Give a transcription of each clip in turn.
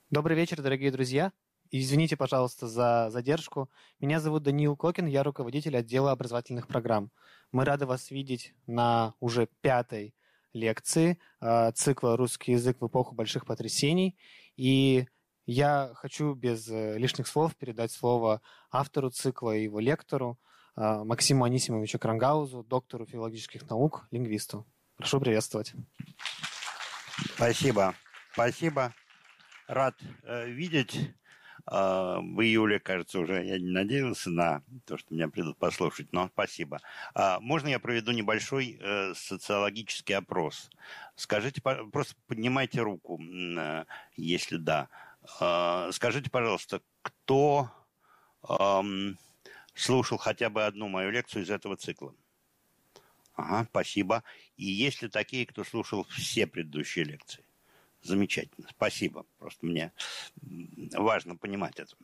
Добрый вечер, дорогие друзья. Извините, пожалуйста, за задержку. Меня зовут Даниил Кокин, я руководитель отдела образовательных программ. Мы рады вас видеть на уже пятой лекции цикла «Русский язык в эпоху больших потрясений». И я хочу без лишних слов передать слово автору цикла и его лектору Максиму Анисимовичу Крангаузу, доктору филологических наук, лингвисту. Прошу приветствовать. Спасибо. Спасибо. Рад видеть. В июле, кажется, уже я не надеялся на то, что меня придут послушать, но спасибо. Можно я проведу небольшой социологический опрос? Скажите, просто поднимайте руку, если да. Скажите, пожалуйста, кто слушал хотя бы одну мою лекцию из этого цикла? Ага, спасибо. И есть ли такие, кто слушал все предыдущие лекции? Замечательно, спасибо. Просто мне важно понимать это.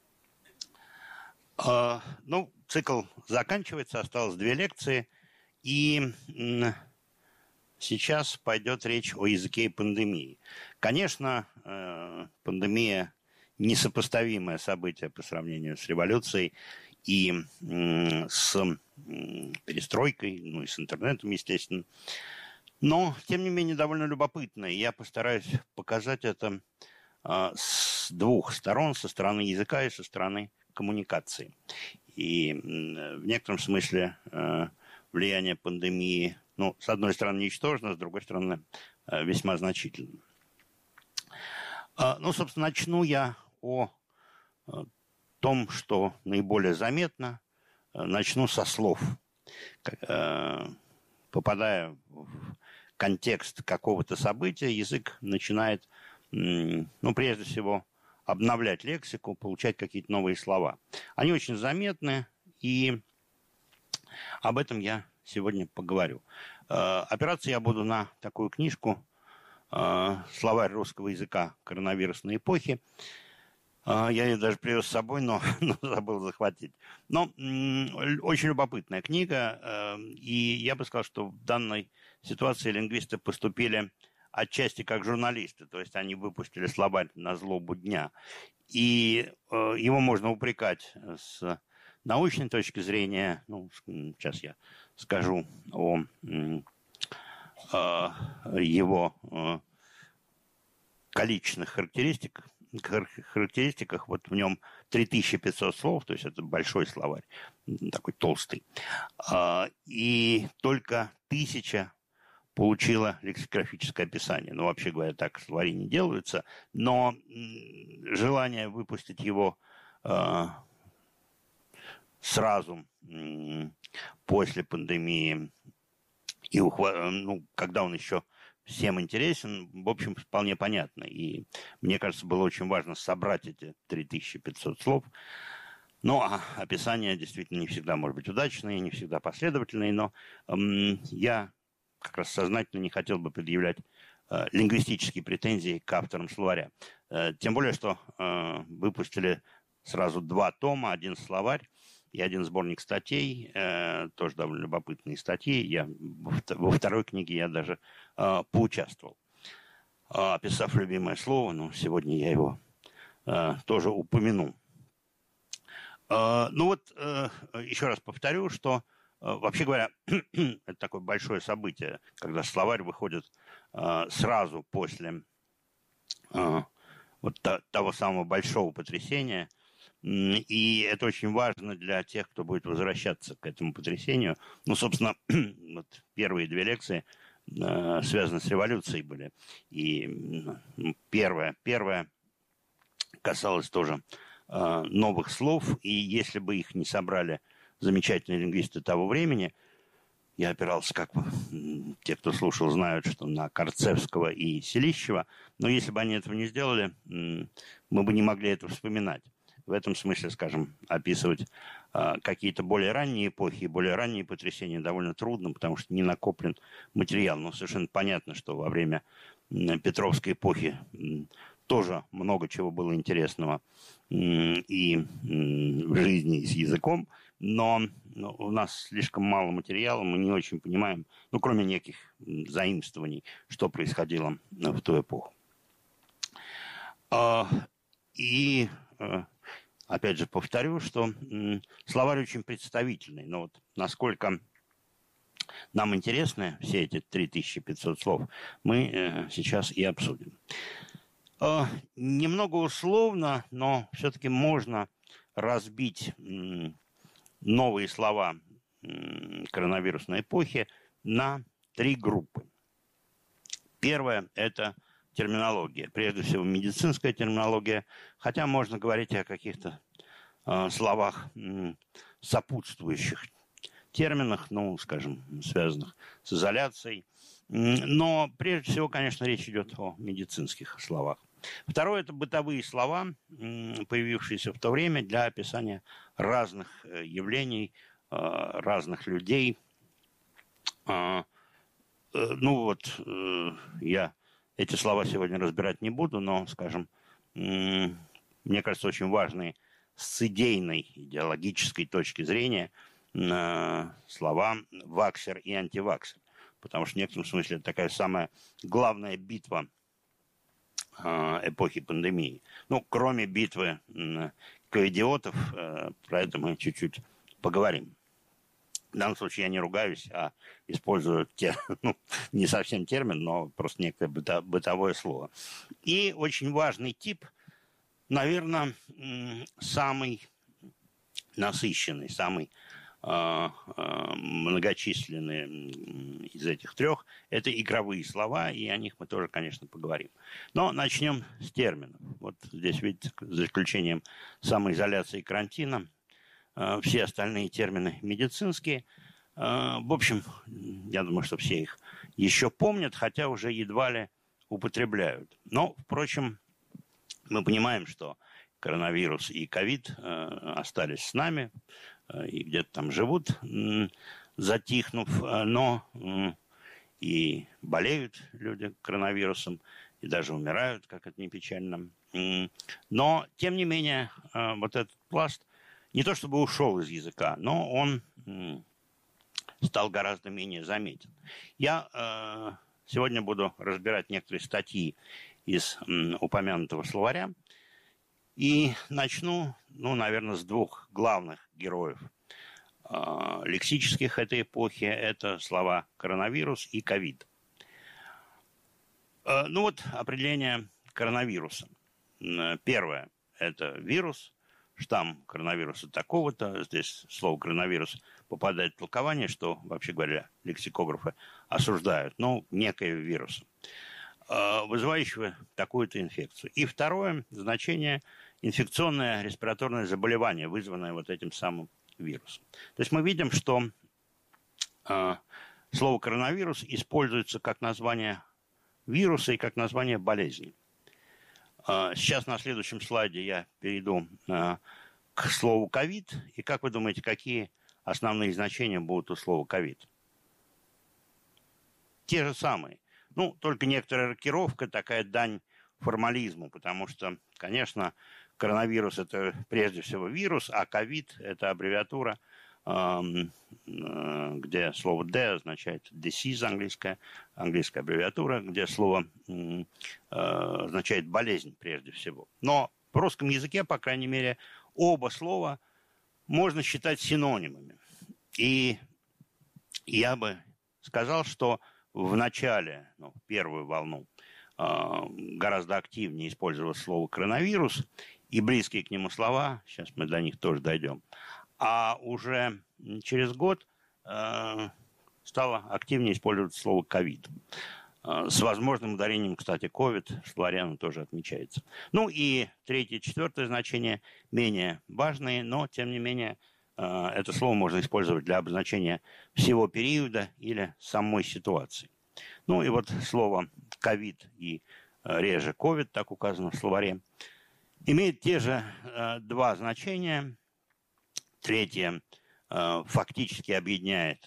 Цикл заканчивается, осталось 2 лекции. И сейчас пойдет речь о языке и пандемии. Конечно, пандемия несопоставимое событие по сравнению с революцией и с перестройкой, ну и с интернетом, естественно. Но, тем не менее, довольно любопытно. И я постараюсь показать это с 2 сторон, со стороны языка и со стороны коммуникации. И в некотором смысле влияние пандемии, ну, с одной стороны, ничтожно, с другой стороны, весьма значительно. Собственно, начну я о том, что наиболее заметно. Начну со слов. Попадая в контекст какого-то события, язык начинает, прежде всего, обновлять лексику, получать какие-то новые слова. Они очень заметны, и об этом я сегодня поговорю. Опираться я буду на такую книжку «Словарь русского языка коронавирусной эпохи». Я ее даже привез с собой, но забыл захватить. Но очень любопытная книга, и я бы сказал, что в данной ситуации лингвисты поступили отчасти как журналисты, то есть они выпустили словарь на злобу дня. И его можно упрекать с научной точки зрения. Сейчас я скажу о его количественных характеристиках. Вот в нем 3500 слов, то есть это большой словарь, такой толстый. И только 1000 получила лексикографическое описание. Вообще говоря, так словари не делаются, но желание выпустить его сразу после пандемии, и когда он еще всем интересен, в общем, вполне понятно. И мне кажется, было очень важно собрать эти 3500 слов. Описание действительно не всегда может быть удачное, не всегда последовательное, но я как раз сознательно не хотел бы предъявлять лингвистические претензии к авторам словаря. Тем более, что выпустили сразу 2 тома, 1 словарь и 1 сборник статей, тоже довольно любопытные статьи. Во 2-й книге я даже поучаствовал, описав любимое слово, сегодня я его тоже упомяну. Еще раз повторю, что, вообще говоря, это такое большое событие, когда словарь выходит сразу после того самого большого потрясения. И это очень важно для тех, кто будет возвращаться к этому потрясению. Собственно, первые 2 лекции связаны с революцией были. И первая касалась тоже новых слов. И если бы их не собрали замечательные лингвисты того времени, я опирался, как те, кто слушал, знают, что на Карцевского и Селищева, но если бы они этого не сделали, мы бы не могли это вспоминать. В этом смысле, скажем, описывать какие-то более ранние эпохи, более ранние потрясения довольно трудно, потому что не накоплен материал. Но совершенно понятно, что во время Петровской эпохи тоже много чего было интересного и в жизни, и с языком, но у нас слишком мало материала, мы не очень понимаем, кроме неких заимствований, что происходило в ту эпоху. И, опять же, повторю, что словарь очень представительный. Но вот насколько нам интересны все эти 3500 слов, мы сейчас и обсудим. Немного условно, но все-таки можно разбить новые слова коронавирусной эпохи на 3 группы. Первое – это терминология, прежде всего медицинская терминология, хотя можно говорить о каких-то словах сопутствующих терминах, ну, скажем, связанных с изоляцией. Но прежде всего, конечно, речь идет о медицинских словах. Второе – это бытовые слова, появившиеся в то время для описания разных явлений, разных людей. Ну вот, я эти слова сегодня разбирать не буду, но, скажем, мне кажется, очень важные с идейной, идеологической точки зрения слова «ваксер» и «антиваксер». Потому что в некотором смысле это такая самая главная битва эпохи пандемии. Ну, кроме битвы ковидиотов, про это мы чуть-чуть поговорим. В данном случае я не ругаюсь, а использую не совсем термин, но просто некое бытовое слово. И очень важный тип, наверное, самый насыщенный, самый многочисленные из этих 3 – это игровые слова, и о них мы тоже, конечно, поговорим. Но начнем с терминов. Вот здесь, видите, за исключением самоизоляции и карантина, все остальные термины медицинские. В общем, я думаю, что все их еще помнят, хотя уже едва ли употребляют. Но, впрочем, мы понимаем, что коронавирус и ковид остались с нами и где-то там живут, затихнув, но и болеют люди коронавирусом, и даже умирают, как это ни печально. Но, тем не менее, вот этот пласт не то чтобы ушел из языка, но он стал гораздо менее заметен. Я сегодня буду разбирать некоторые статьи из упомянутого словаря, и начну, наверное, с 2 главных героев лексических этой эпохи. Это слова коронавирус и ковид. Ну вот определение коронавируса. Первое – это вирус, штамм коронавируса такого-то. Здесь слово коронавирус попадает в толкование, что, вообще говоря, лексикографы осуждают. Некое вирус, вызывающего такую-то инфекцию. И второе значение – инфекционное респираторное заболевание, вызванное вот этим самым вирусом. То есть мы видим, что слово коронавирус используется как название вируса и как название болезни. Сейчас на следующем слайде я перейду к слову ковид. И как вы думаете, какие основные значения будут у слова ковид? Те же самые. Только некоторая рокировка, такая дань формализму, потому что, конечно, коронавирус – это прежде всего вирус, а ковид – это аббревиатура, где слово «D» означает disease, английская аббревиатура, где слово означает болезнь прежде всего. Но в русском языке, по крайней мере, оба слова можно считать синонимами. И я бы сказал, что в начале, в первую волну, гораздо активнее использовалось слово «коронавирус», и близкие к нему слова, сейчас мы до них тоже дойдем, а уже через год стало активнее использоваться слово «ковид». С возможным ударением, кстати, «ковид» в словаре оно тоже отмечается. И 3-е, 4-е значения менее важные, но, тем не менее, это слово можно использовать для обозначения всего периода или самой ситуации. И вот слово «ковид» и реже «ковид», так указано в словаре, имеет те же 2 значения. 3-е фактически объединяет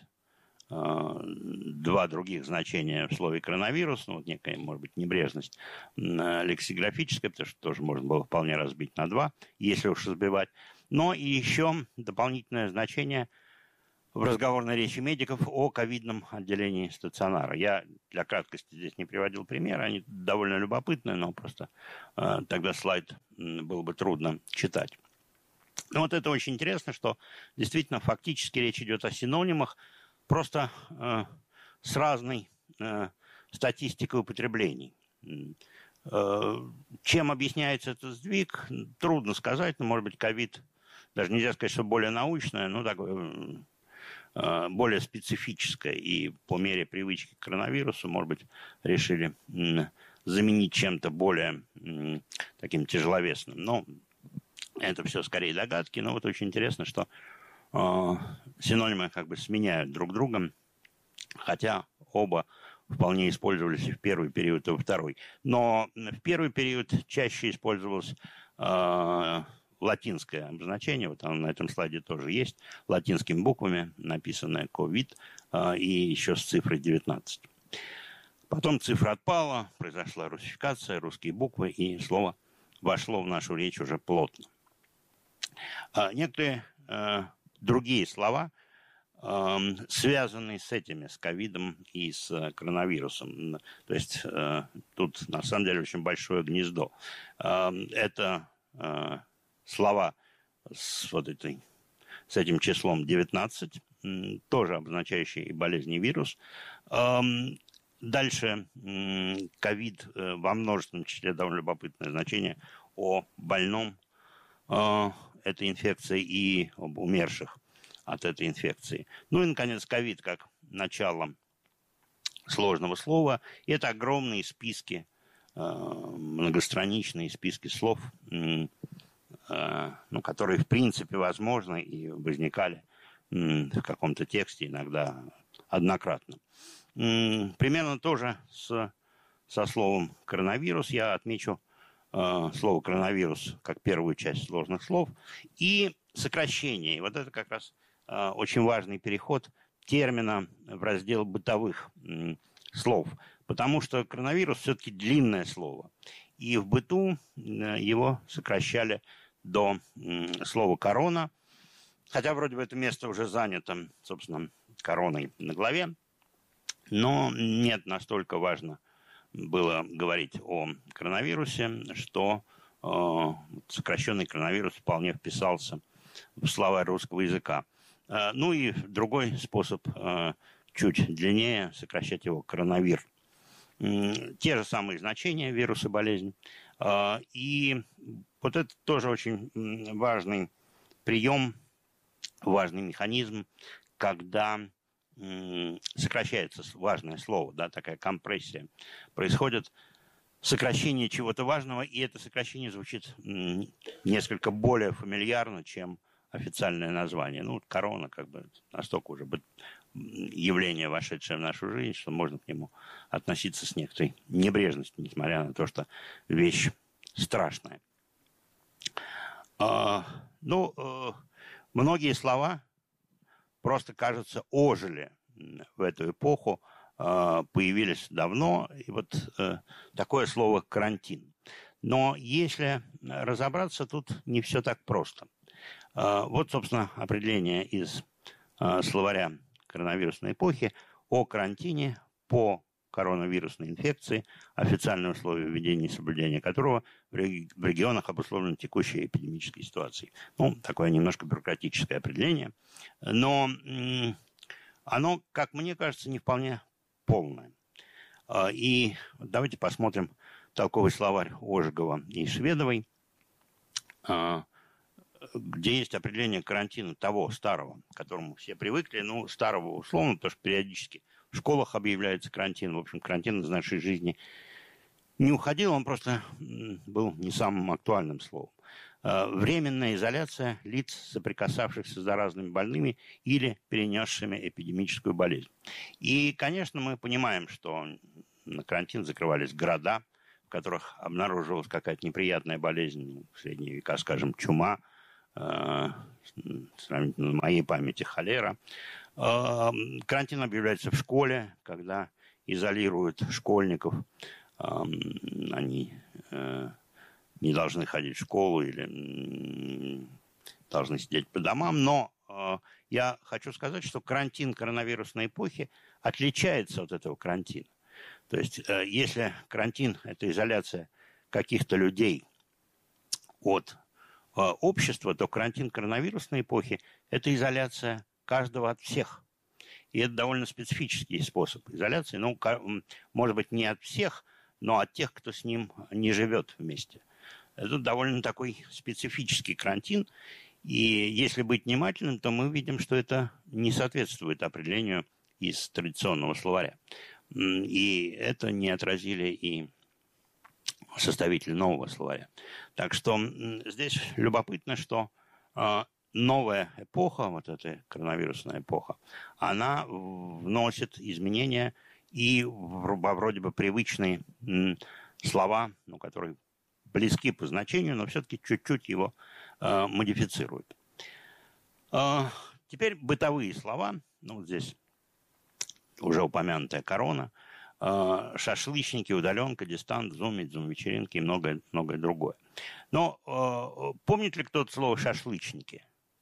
2 других значения в слове «коронавирус». Некая, может быть, небрежность лексикографическая, потому что тоже можно было вполне разбить на 2, если уж разбивать. Но и еще дополнительное значение в разговорной речи медиков о ковидном отделении стационара. Я для краткости здесь не приводил примеры, они довольно любопытные, но просто тогда слайд было бы трудно читать. Но вот это очень интересно, что действительно фактически речь идет о синонимах, просто с разной статистикой употреблений. Чем объясняется этот сдвиг, трудно сказать, но, может быть, ковид, даже нельзя сказать, что более научное, но такое более специфическое, и по мере привычки к коронавирусу, может быть, решили заменить чем-то более таким тяжеловесным. Но это все скорее догадки, но вот очень интересно, что синонимы как бы сменяют друг друга, хотя оба вполне использовались и в первый период, и во второй. Но в первый период чаще использовалось латинское обозначение, вот оно на этом слайде тоже есть, латинскими буквами написанное «ковид» и еще с цифрой 19. Потом цифра отпала, произошла русификация, русские буквы, и слово вошло в нашу речь уже плотно. Некоторые другие слова, связанные с этими, с ковидом и с коронавирусом. То есть тут на самом деле очень большое гнездо. Это слова с этим числом 19, тоже обозначающие болезнь и вирус. Дальше ковид во множественном числе, довольно любопытное значение о больном этой инфекцией и об умерших от этой инфекции. Ну и, наконец, ковид как начало сложного слова. И это огромные списки, многостраничные списки слов, которые, в принципе, возможны и возникали в каком-то тексте, иногда однократно. Примерно тоже со словом «коронавирус» я отмечу слово «коронавирус» как первую часть сложных слов и сокращение. И вот это как раз очень важный переход термина в раздел бытовых слов, потому что коронавирус все-таки длинное слово. И в быту его сокращали до слова «корона», хотя вроде бы это место уже занято, собственно, короной на голове, но нет, настолько важно было говорить о коронавирусе, что сокращенный коронавирус вполне вписался в словарь русского языка. Ну и другой способ, чуть длиннее, сокращать его коронавир. Те же самые значения, вирус и болезнь. И вот это тоже очень важный прием, важный механизм, когда сокращается важное слово, да, такая компрессия. Происходит сокращение чего-то важного, и это сокращение звучит несколько более фамильярно, чем официальное название. Ну, корона как бы настолько уже явление, вошедшее в нашу жизнь, что можно к нему относиться с некоторой небрежностью, несмотря на то, что вещь страшная. Многие слова просто, кажется, ожили в эту эпоху, появились давно, и вот такое слово «карантин». Но если разобраться, тут не все так просто. Вот, собственно, определение из словаря коронавирусной эпохи о карантине по коронавирусной инфекции, официальные условия введения и соблюдения которого в регионах обусловлены текущей эпидемической ситуацией. Ну, такое немножко бюрократическое определение, но оно, как мне кажется, не вполне полное. И давайте посмотрим толковый словарь Ожегова и Шведовой, где есть определение карантина того старого, к которому все привыкли, ну, старого условно, потому что периодически в школах объявляется карантин. В общем, карантин из нашей жизни не уходил, он просто был не самым актуальным словом. Временная изоляция лиц, соприкасавшихся с заразными больными или перенесшими эпидемическую болезнь. И, конечно, мы понимаем, что на карантин закрывались города, в которых обнаруживалась какая-то неприятная болезнь, в средние века, скажем, чума, сравнительно на моей памяти холера. Карантин объявляется в школе, когда изолируют школьников, они не должны ходить в школу или должны сидеть по домам, но я хочу сказать, что карантин коронавирусной эпохи отличается от этого карантина. То есть, если карантин – это изоляция каких-то людей от общества, то карантин коронавирусной эпохи – это изоляция каждого от всех. И это довольно специфический способ изоляции. Ну, может быть, не от всех, но от тех, кто с ним не живет вместе. Это довольно такой специфический карантин. И если быть внимательным, то мы видим, что это не соответствует определению из традиционного словаря. И это не отразили и составители нового словаря. Так что здесь любопытно, что новая эпоха, вот эта коронавирусная эпоха, она вносит изменения и во вроде бы привычные слова, ну, которые близки по значению, но все-таки чуть-чуть его модифицируют. Теперь бытовые слова. Ну, вот здесь уже упомянутая корона, шашлычники, удаленка, дистант, зумить, зум-вечеринки и многое другое. Но помнит ли кто-то слово «шашлычники»?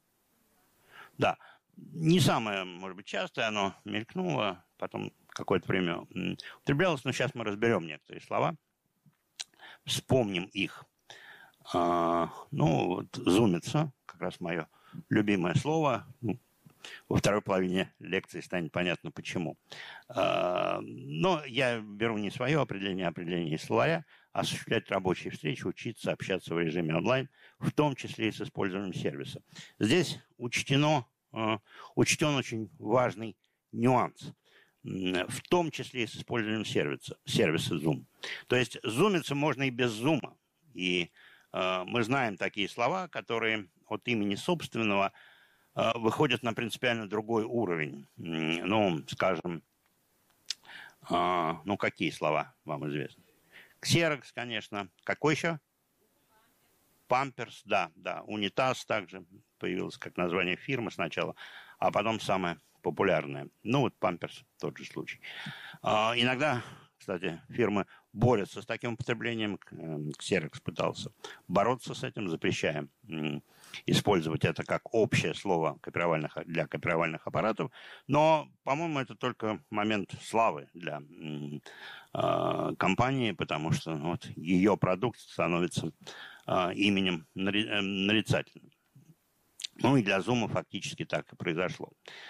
Да, не самое, может быть, частое, оно мелькнуло, потом какое-то время употреблялось, но сейчас мы разберем некоторые слова, вспомним их. Ну, вот зумиться, как раз мое любимое слово. Во второй половине лекции станет понятно, почему. Но я беру не свое определение, а определение из словаря. Осуществлять рабочие встречи, учиться, общаться в режиме онлайн, в том числе и с использованием сервиса. Здесь учтен очень важный нюанс. В том числе и с использованием сервиса Zoom. То есть зумиться можно и без зума. И мы знаем такие слова, которые от имени собственного выходят на принципиально другой уровень. Ну, скажем, ну, какие слова вам известны? Ксерокс, конечно. Какой еще? Памперс, да. Унитаз также появилось как название фирмы сначала, а потом самое популярное. Ну, вот Памперс, тот же случай. Иногда, кстати, фирмы борются с таким употреблением. Ксерокс пытался бороться с этим, запрещая использовать это как общее слово для копировальных аппаратов. Но, по-моему, это только момент славы для компании, потому что вот, ее продукт становится именем нарицательным. Ну и для Zoom фактически так и произошло.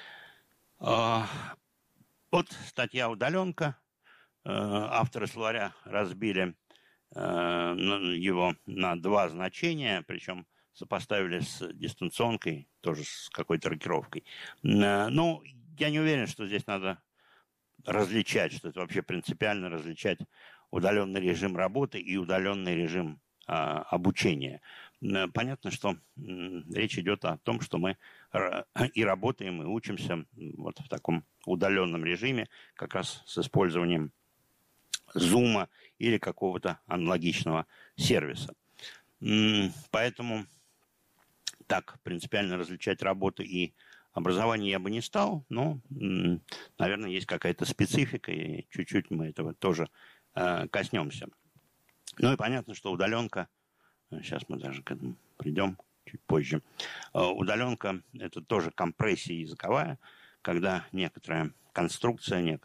Вот статья «Удаленка». Авторы словаря разбили его на два значения, причем сопоставили с дистанционкой, тоже с какой-то рокировкой. Ну, я не уверен, что здесь надо различать, что это вообще принципиально различать удаленный режим работы и удаленный режим обучения. Понятно, что речь идет о том, что мы и работаем, и учимся вот в таком удаленном режиме, как раз с использованием Zoom или какого-то аналогичного сервиса. Поэтому так принципиально различать работу и образование я бы не стал, но, наверное, есть какая-то специфика, и чуть-чуть мы этого тоже коснемся. Ну и понятно, что удаленка, сейчас мы даже к этому придем чуть позже, удаленка – это тоже компрессия языковая, когда некоторая конструкция,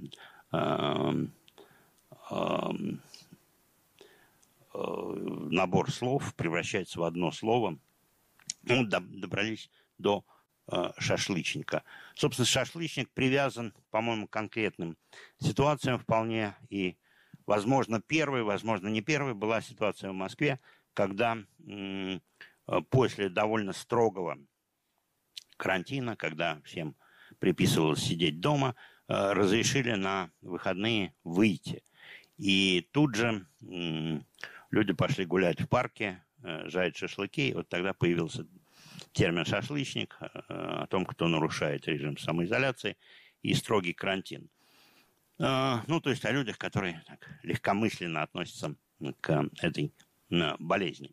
набор слов превращается в одно слово. Ну, добрались до шашлычника. Собственно, шашлычник привязан, по-моему, к конкретным ситуациям вполне. И, возможно, первой, возможно, не первой была ситуация в Москве, когда после довольно строгого карантина, когда всем приписывалось сидеть дома, разрешили на выходные выйти. И тут же люди пошли гулять в парке, жарить шашлыки. Вот тогда появился термин «шашлычник», о том, кто нарушает режим самоизоляции и строгий карантин. Ну, то есть о людях, которые так легкомысленно относятся к этой болезни.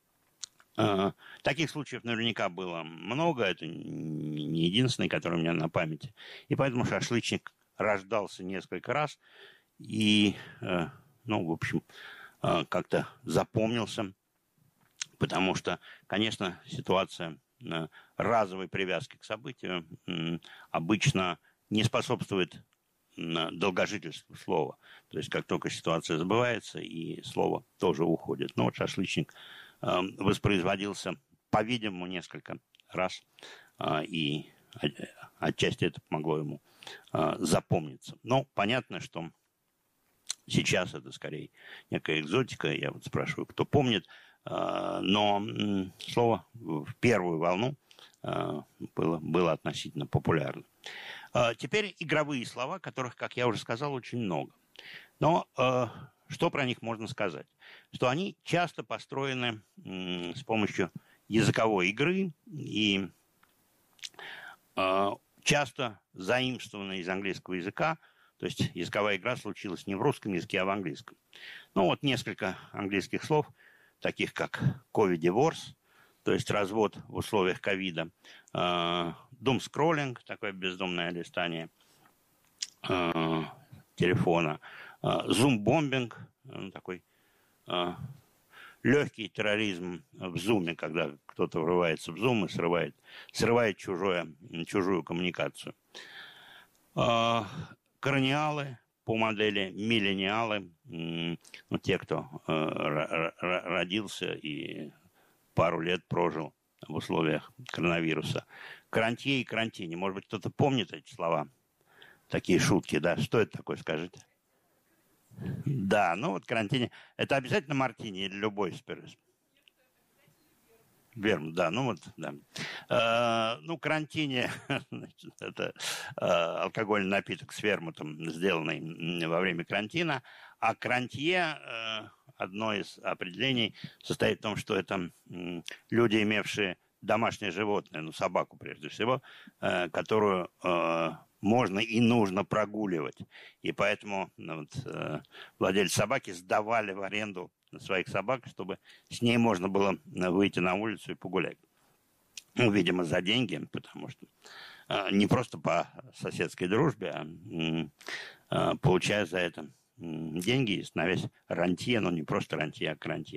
Таких случаев наверняка было много, это не единственный, который у меня на памяти. И поэтому шашлычник рождался несколько раз и, ну, в общем, как-то запомнился, потому что, конечно, ситуация разовой привязки к событию обычно не способствует долгожительству слова. То есть как только ситуация забывается, и слово тоже уходит. Но вот шашлычник воспроизводился, по-видимому, несколько раз, и отчасти это помогло ему запомниться. Но понятно, что сейчас это скорее некая экзотика. Я вот спрашиваю, кто помнит. Но слово в первую волну было относительно популярно. Теперь игровые слова, которых, как я уже сказал, очень много. Но что про них можно сказать? Что они часто построены с помощью языковой игры и часто заимствованы из английского языка. То есть языковая игра случилась не в русском языке, а в английском. Ну вот несколько английских слов, таких как «covid-divorce», то есть развод в условиях ковида, doom-scrolling, такое бездумное листание телефона, zoom-бомбинг, такой легкий терроризм в зуме, когда кто-то врывается в зум и срывает чужую коммуникацию. Краниалы по модели миллениалы, ну, те, кто родился и пару лет прожил в условиях коронавируса. Карантье и карантине. Может быть, кто-то помнит эти слова? Такие шутки, да? Что это такое, скажите? Да, ну вот карантине. Это обязательно мартини или любой спиртус? Верм, да, ну вот, да. Ну, карантине, значит, это алкогольный напиток с вермутом, сделанный во время карантина. А карантье, одно из определений, состоит в том, что это люди, имевшие домашнее животное, ну, собаку прежде всего, которую можно и нужно прогуливать. И поэтому владельцы собаки сдавали в аренду своих собак, чтобы с ней можно было выйти на улицу и погулять. Ну, видимо, за деньги, потому что не просто по соседской дружбе, а получая за это деньги и становясь рантье, но не просто рантье, а крантье.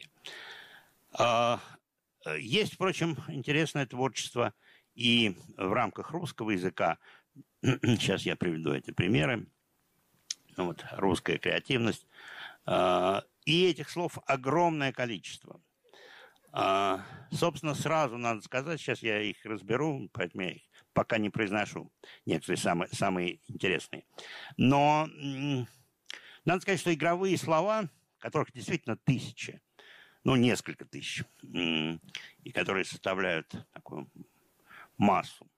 Есть, впрочем, интересное творчество и в рамках русского языка. Сейчас я приведу эти примеры. Ну, вот, русская креативность. И этих слов огромное количество. Собственно, сразу надо сказать, сейчас я их разберу, поэтому я их пока не произношу. Некоторые самые интересные. Но надо сказать, что игровые слова, которых действительно тысячи, ну, несколько тысяч, и которые составляют такую массу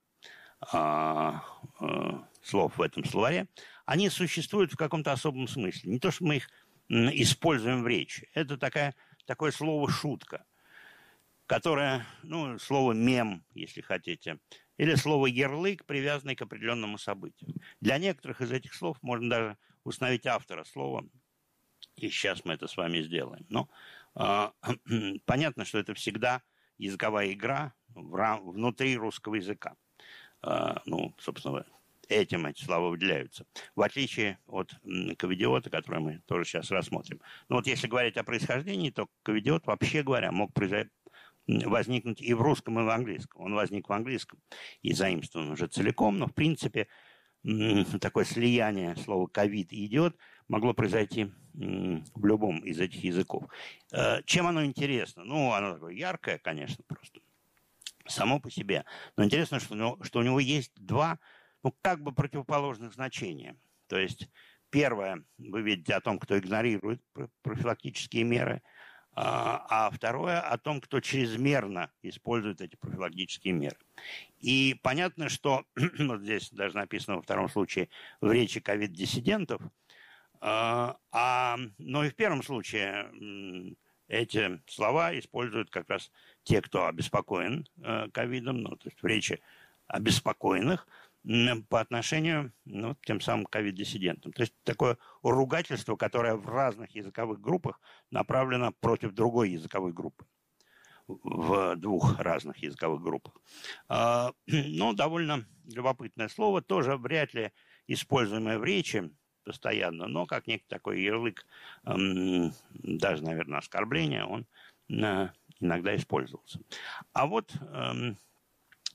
слов в этом словаре, они существуют в каком-то особом смысле. Не то, что мы их используем в речи. Это такое слово «шутка», которое, ну, слово «мем», если хотите, или слово «ярлык», привязанный к определенному событию. Для некоторых из этих слов можно даже установить автора слова, и сейчас мы это с вами сделаем. Но понятно, что это всегда языковая игра внутри русского языка. Ну, собственно, этим эти слова выделяются. В отличие от ковидиота, который мы тоже сейчас рассмотрим. Но вот если говорить о происхождении, то ковидиот, вообще говоря, мог возникнуть и в русском, и в английском. Он возник в английском и заимствован уже целиком, но, в принципе, такое слияние слова «ковид» и «идиот» могло произойти в любом из этих языков. Чем оно интересно? Ну, оно такое яркое, конечно, просто само по себе. Но интересно, что у него есть два, ну, как бы противоположных значения. То есть, первое, вы видите о том, кто игнорирует профилактические меры, а второе о том, кто чрезмерно использует эти профилактические меры. И понятно, что, вот здесь даже написано во втором случае, в речи ковид-диссидентов, но и в первом случае эти слова используют как раз те, кто обеспокоен ковидом, ну, то есть в речи обеспокоенных, по отношению, ну, к тем самым ковид-диссидентам. То есть такое ругательство, которое в разных языковых группах направлено против другой языковой группы. В двух разных языковых группах. Ну, довольно любопытное слово, тоже вряд ли используемое в речи постоянно, но как некий такой ярлык, даже, наверное, оскорбления, он иногда использовался. А вот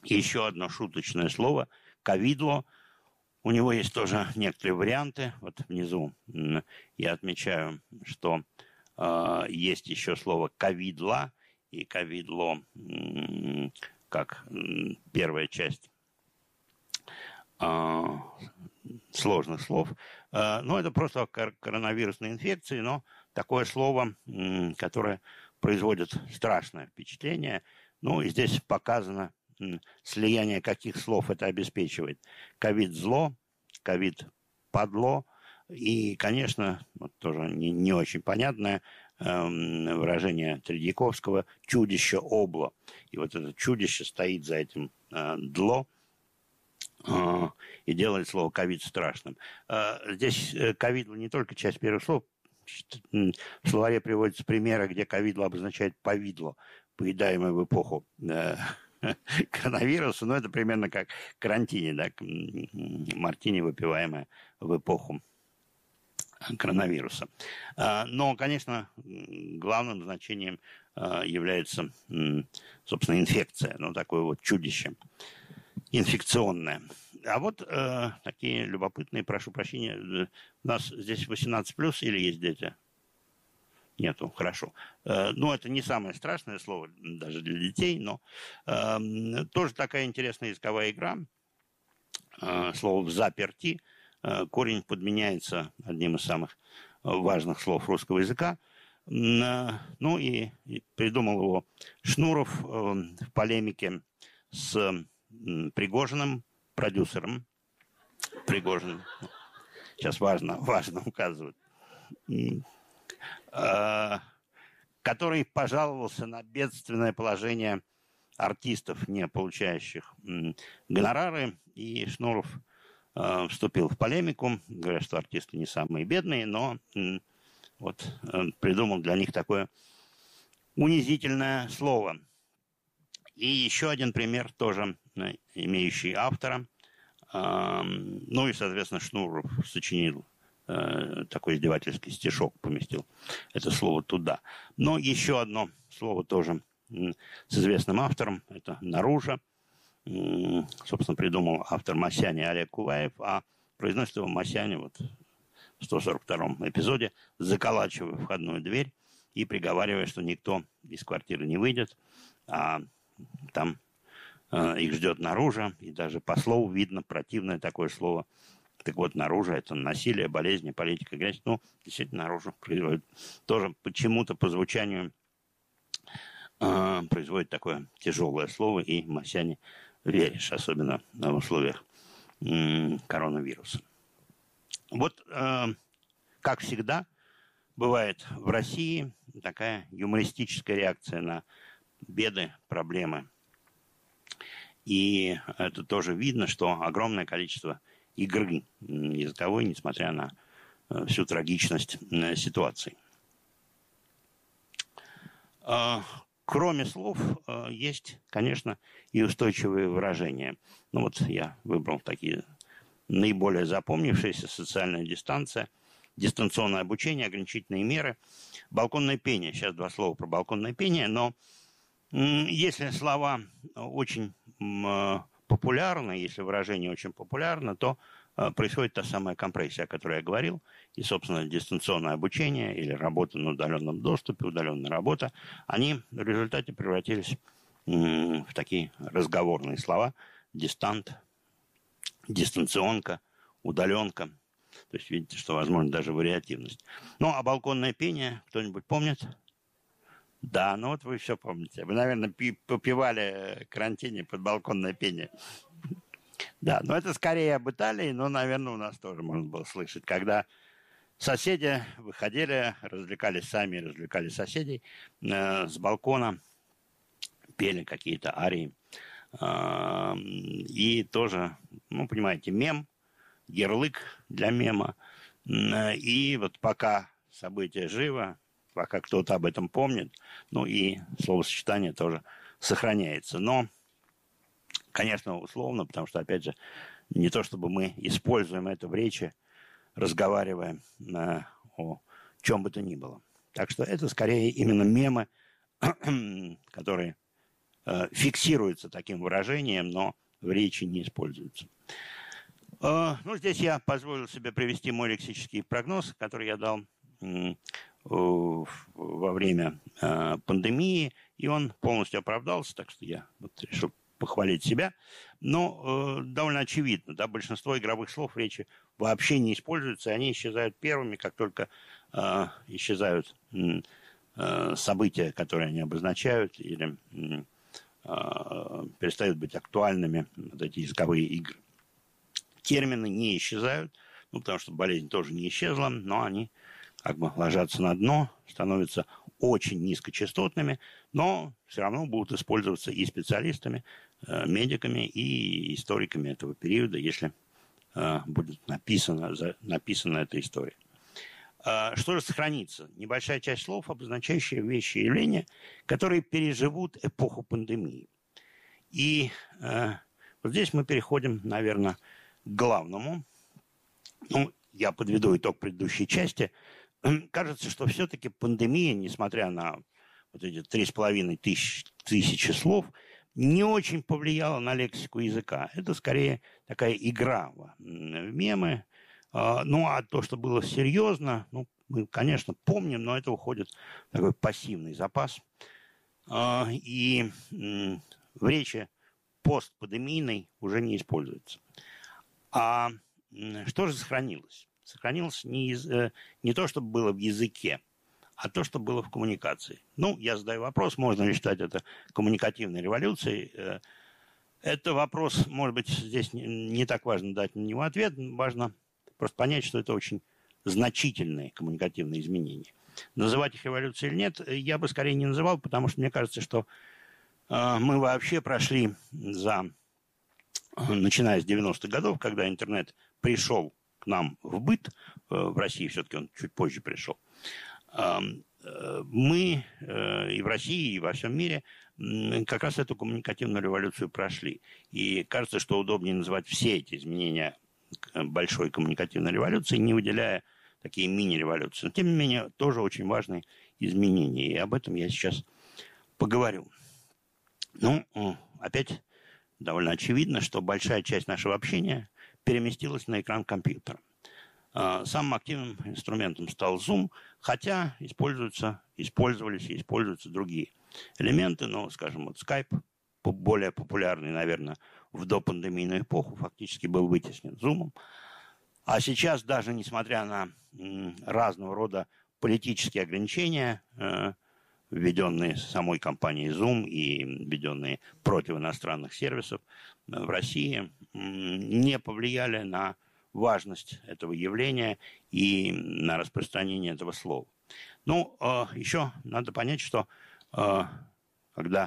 Еще одно шуточное слово – ковидло. У него есть тоже некоторые варианты. Вот внизу я отмечаю, что есть еще слово ковидла и ковидло как первая часть сложных слов. Но это просто коронавирусные инфекции, но такое слово, которое производит страшное впечатление. Ну, и здесь показано слияние каких слов это обеспечивает. Ковид-зло, ковид-подло и, конечно, вот тоже не очень понятное выражение Тредьяковского «чудище-обло». И вот это чудище стоит за этим «дло», и делает слово «ковид» страшным. Здесь «ковид» не только часть первых слов. В словаре приводятся примеры, где «ковидло» обозначает «повидло», поедаемое в эпоху коронавируса. Но это примерно как карантине, да, мартини, выпиваемое в эпоху коронавируса. Но, конечно, главным значением является, собственно, инфекция, ну, такое вот чудище инфекционное. А вот такие любопытные, прошу прощения, у нас здесь 18+, или есть дети? Нету, хорошо. Ну, это не самое страшное слово даже для детей, но тоже такая интересная языковая игра. Слово «взаперти». Корень подменяется одним из самых важных слов русского языка. Ну и придумал его Шнуров в полемике с Пригожиным, продюсером Пригожиным. Сейчас важно указывать. Который пожаловался на бедственное положение артистов, не получающих гонорары, и Шнуров вступил в полемику, говоря, что артисты не самые бедные, но вот придумал для них такое унизительное слово. И еще один пример, тоже имеющий автора. Ну и, соответственно, Шнуров сочинил такой издевательский стишок, поместил это слово туда. Но еще одно слово тоже с известным автором, это «наружа». Собственно, придумал автор Масяни Олег Куваев, а произносит его Масяни вот в 142-м эпизоде, заколачивая входную дверь и приговаривая, что никто из квартиры не выйдет, а там их ждет наружа, и даже по слову видно противное такое слово. Так вот, наружу это насилие, болезни, политика, грязь. Ну, действительно, наружу производит тоже почему-то по звучанию производит такое тяжелое слово, и Масяне веришь, особенно в условиях коронавируса. Вот, как всегда, бывает в России такая юмористическая реакция на беды, проблемы. И это тоже видно, что огромное количество игры языковой, несмотря на всю трагичность ситуации. Кроме слов, есть, конечно, и устойчивые выражения. Ну вот я выбрал такие наиболее запомнившиеся: социальная дистанция, дистанционное обучение, ограничительные меры, балконное пение. Сейчас два слова про балконное пение, но если слова очень популярны, если выражение очень популярно, то происходит та самая компрессия, о которой я говорил, и, собственно, дистанционное обучение или работа на удаленном доступе, удаленная работа, они в результате превратились в такие разговорные слова: дистант, дистанционка, удаленка. То есть видите, что возможно даже вариативность. Ну, а балконное пение кто-нибудь помнит? Да, ну вот вы все помните. Вы, наверное, попивали карантине под балконное пение. Да, но это скорее об Италии, но, наверное, у нас тоже можно было слышать, когда соседи выходили, развлекались сами, развлекали соседей, с балкона пели какие-то арии. И тоже, ну, понимаете, мем, ярлык для мема. И вот пока событие живо, пока кто-то об этом помнит, ну и словосочетание тоже сохраняется. Но, конечно, условно, потому что, опять же, не то чтобы мы используем это в речи, разговаривая о чем бы то ни было. Так что это скорее именно мемы, которые фиксируется таким выражением, но в речи не используется. Ну, здесь я позволил себе привести мой лексический прогноз, который я дал во время пандемии, и он полностью оправдался, так что я вот решил похвалить себя. Но довольно очевидно, да, большинство игровых слов в речи вообще не используются, и они исчезают первыми, как только исчезают события, которые они обозначают, или перестают быть актуальными вот эти языковые игры. Термины не исчезают, ну, потому что болезнь тоже не исчезла, но они как бы ложатся на дно, становятся очень низкочастотными, но все равно будут использоваться и специалистами, медиками, и историками этого периода, если будет написана эта история. Что же сохранится? Небольшая часть слов, обозначающая вещи и явления, которые переживут эпоху пандемии. И вот здесь мы переходим, наверное, к главному. Ну, я подведу итог предыдущей части. Кажется, что все-таки пандемия, несмотря на вот эти 3,5 тысячи слов, не очень повлияла на лексику языка. Это скорее такая игра в мемы. Ну, а то, что было серьезно, ну, мы, конечно, помним, но это уходит в такой пассивный запас. И в речи постпандемийной уже не используется. А что же сохранилось? Сохранилось не то, что было в языке, а то, что было в коммуникации. Ну, я задаю вопрос, можно ли считать это коммуникативной революцией. Это вопрос, может быть, здесь не так важно дать на него ответ, важно просто понять, что это очень значительные коммуникативные изменения. Называть их революцией или нет, я бы скорее не называл, потому что мне кажется, что мы вообще прошли начиная с 90-х годов, когда интернет пришел к нам в быт, в России все-таки он чуть позже пришел, мы и в России, и во всем мире как раз эту коммуникативную революцию прошли. И кажется, что удобнее называть все эти изменения большой коммуникативной революции, не выделяя такие мини-революции. Но, тем не менее, тоже очень важные изменения. И об этом я сейчас поговорю. Ну, опять довольно очевидно, что большая часть нашего общения переместилась на экран компьютера. Самым активным инструментом стал Zoom, хотя использовались и используются другие элементы. Ну, скажем, вот Skype, более популярный, наверное, в допандемийную эпоху, фактически был вытеснен Zoom. А сейчас, даже несмотря на разного рода политические ограничения, введенные самой компанией Zoom и введенные против иностранных сервисов в России, не повлияли на важность этого явления и на распространение этого слова. Ну, еще надо понять, что когда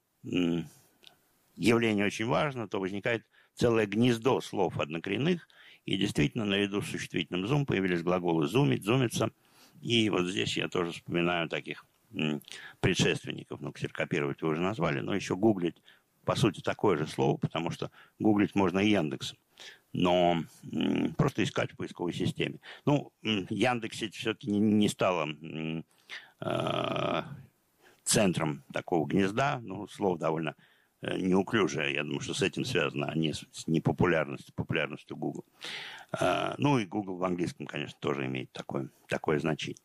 явление очень важно, то возникает целое гнездо слов однокоренных, и действительно наряду с существительным Zoom появились глаголы зумить, зумиться, и вот здесь я тоже вспоминаю таких предшественников, ну, ксерокопировать вы уже назвали, но еще гуглить, по сути, такое же слово, потому что гуглить можно и Яндексом, но просто искать в поисковой системе. Ну, Яндекс все-таки не стало центром такого гнезда, ну, слово довольно неуклюжее, я думаю, что с этим связано, а не с популярностью Google. Ну, и Google в английском, конечно, тоже имеет такое значение.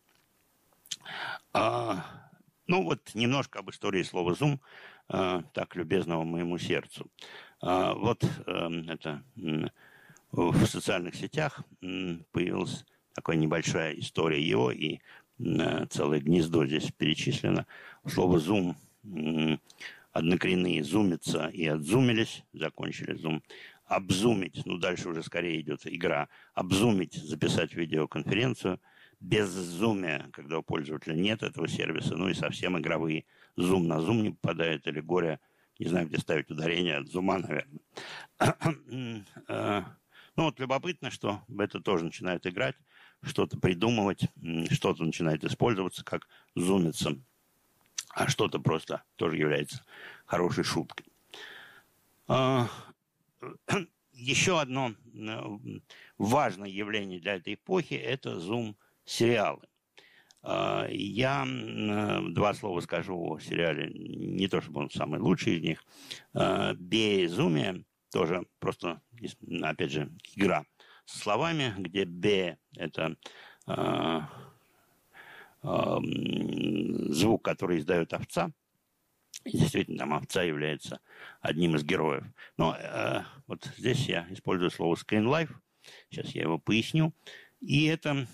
Ну, вот немножко об истории слова Zoom, так любезного моему сердцу. Вот это в социальных сетях появилась такая небольшая история его, и целое гнездо здесь перечислено. Слово Zoom, однокоренные зумиться и отзумились, закончили Zoom. Обзумить, ну, дальше уже скорее идет игра. Обзумить, записать видеоконференцию. Без зуме, когда у пользователя нет этого сервиса, ну и совсем игровые. Зум на зум не попадает, или горе, не знаю, где ставить ударение, от зума, наверное. Ну, вот любопытно, что в это тоже начинают играть, что-то придумывать, что-то начинает использоваться, как зумиться, а что-то просто тоже является хорошей шуткой. Еще одно важное явление для этой эпохи – это зум-сериалы. Я два слова скажу о сериале, не то чтобы он самый лучший из них. «Безумие», тоже просто, опять же, игра со словами, где «бе» – это звук, который издает овца. И действительно, там овца является одним из героев. Но вот здесь я использую слово «screen life». Сейчас я его поясню. И это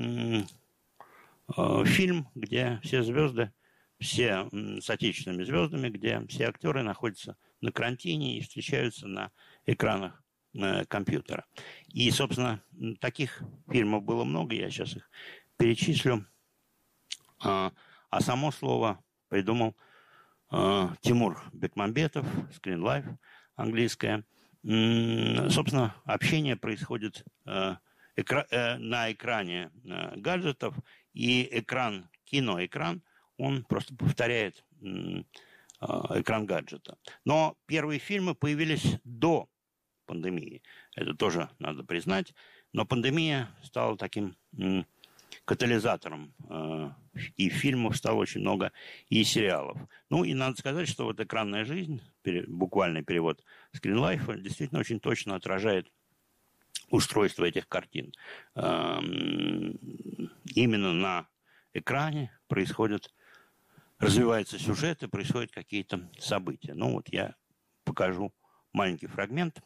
фильм, где все звезды, все с отечественными звездами, где все актеры находятся на карантине и встречаются на экранах компьютера. И, собственно, таких фильмов было много, я сейчас их перечислю. А само слово придумал Тимур Бекмамбетов, Screen Life английское. Собственно, общение происходит на экране гаджетов, и экран, киноэкран, он просто повторяет экран гаджета. Но первые фильмы появились до пандемии. Это тоже надо признать. Но пандемия стала таким катализатором. И фильмов стало очень много, и сериалов. Ну, и надо сказать, что вот «Экранная жизнь», буквальный перевод Screen Life, действительно очень точно отражает устройство этих картин. Именно на экране развивается сюжет и происходят какие-то события. Ну, вот я покажу маленький фрагмент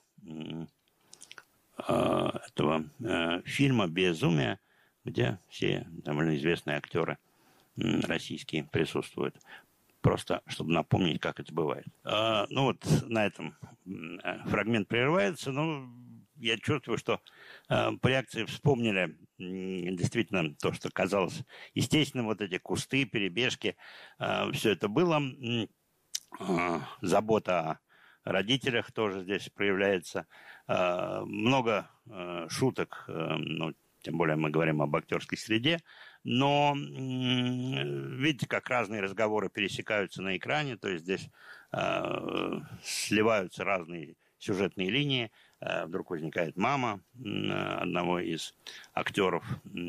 этого фильма «Безумие», где все довольно известные актеры российские присутствуют. Просто, чтобы напомнить, как это бывает. Ну вот на этом фрагмент прерывается. Ну, я чувствую, что по реакции вспомнили действительно то, что казалось естественным. Вот эти кусты, перебежки. Все это было. Забота о родителях тоже здесь проявляется. Много шуток, ну, тем более мы говорим об актерской среде, но видите, как разные разговоры пересекаются на экране, то есть здесь сливаются разные сюжетные линии, вдруг возникает мама одного из актеров.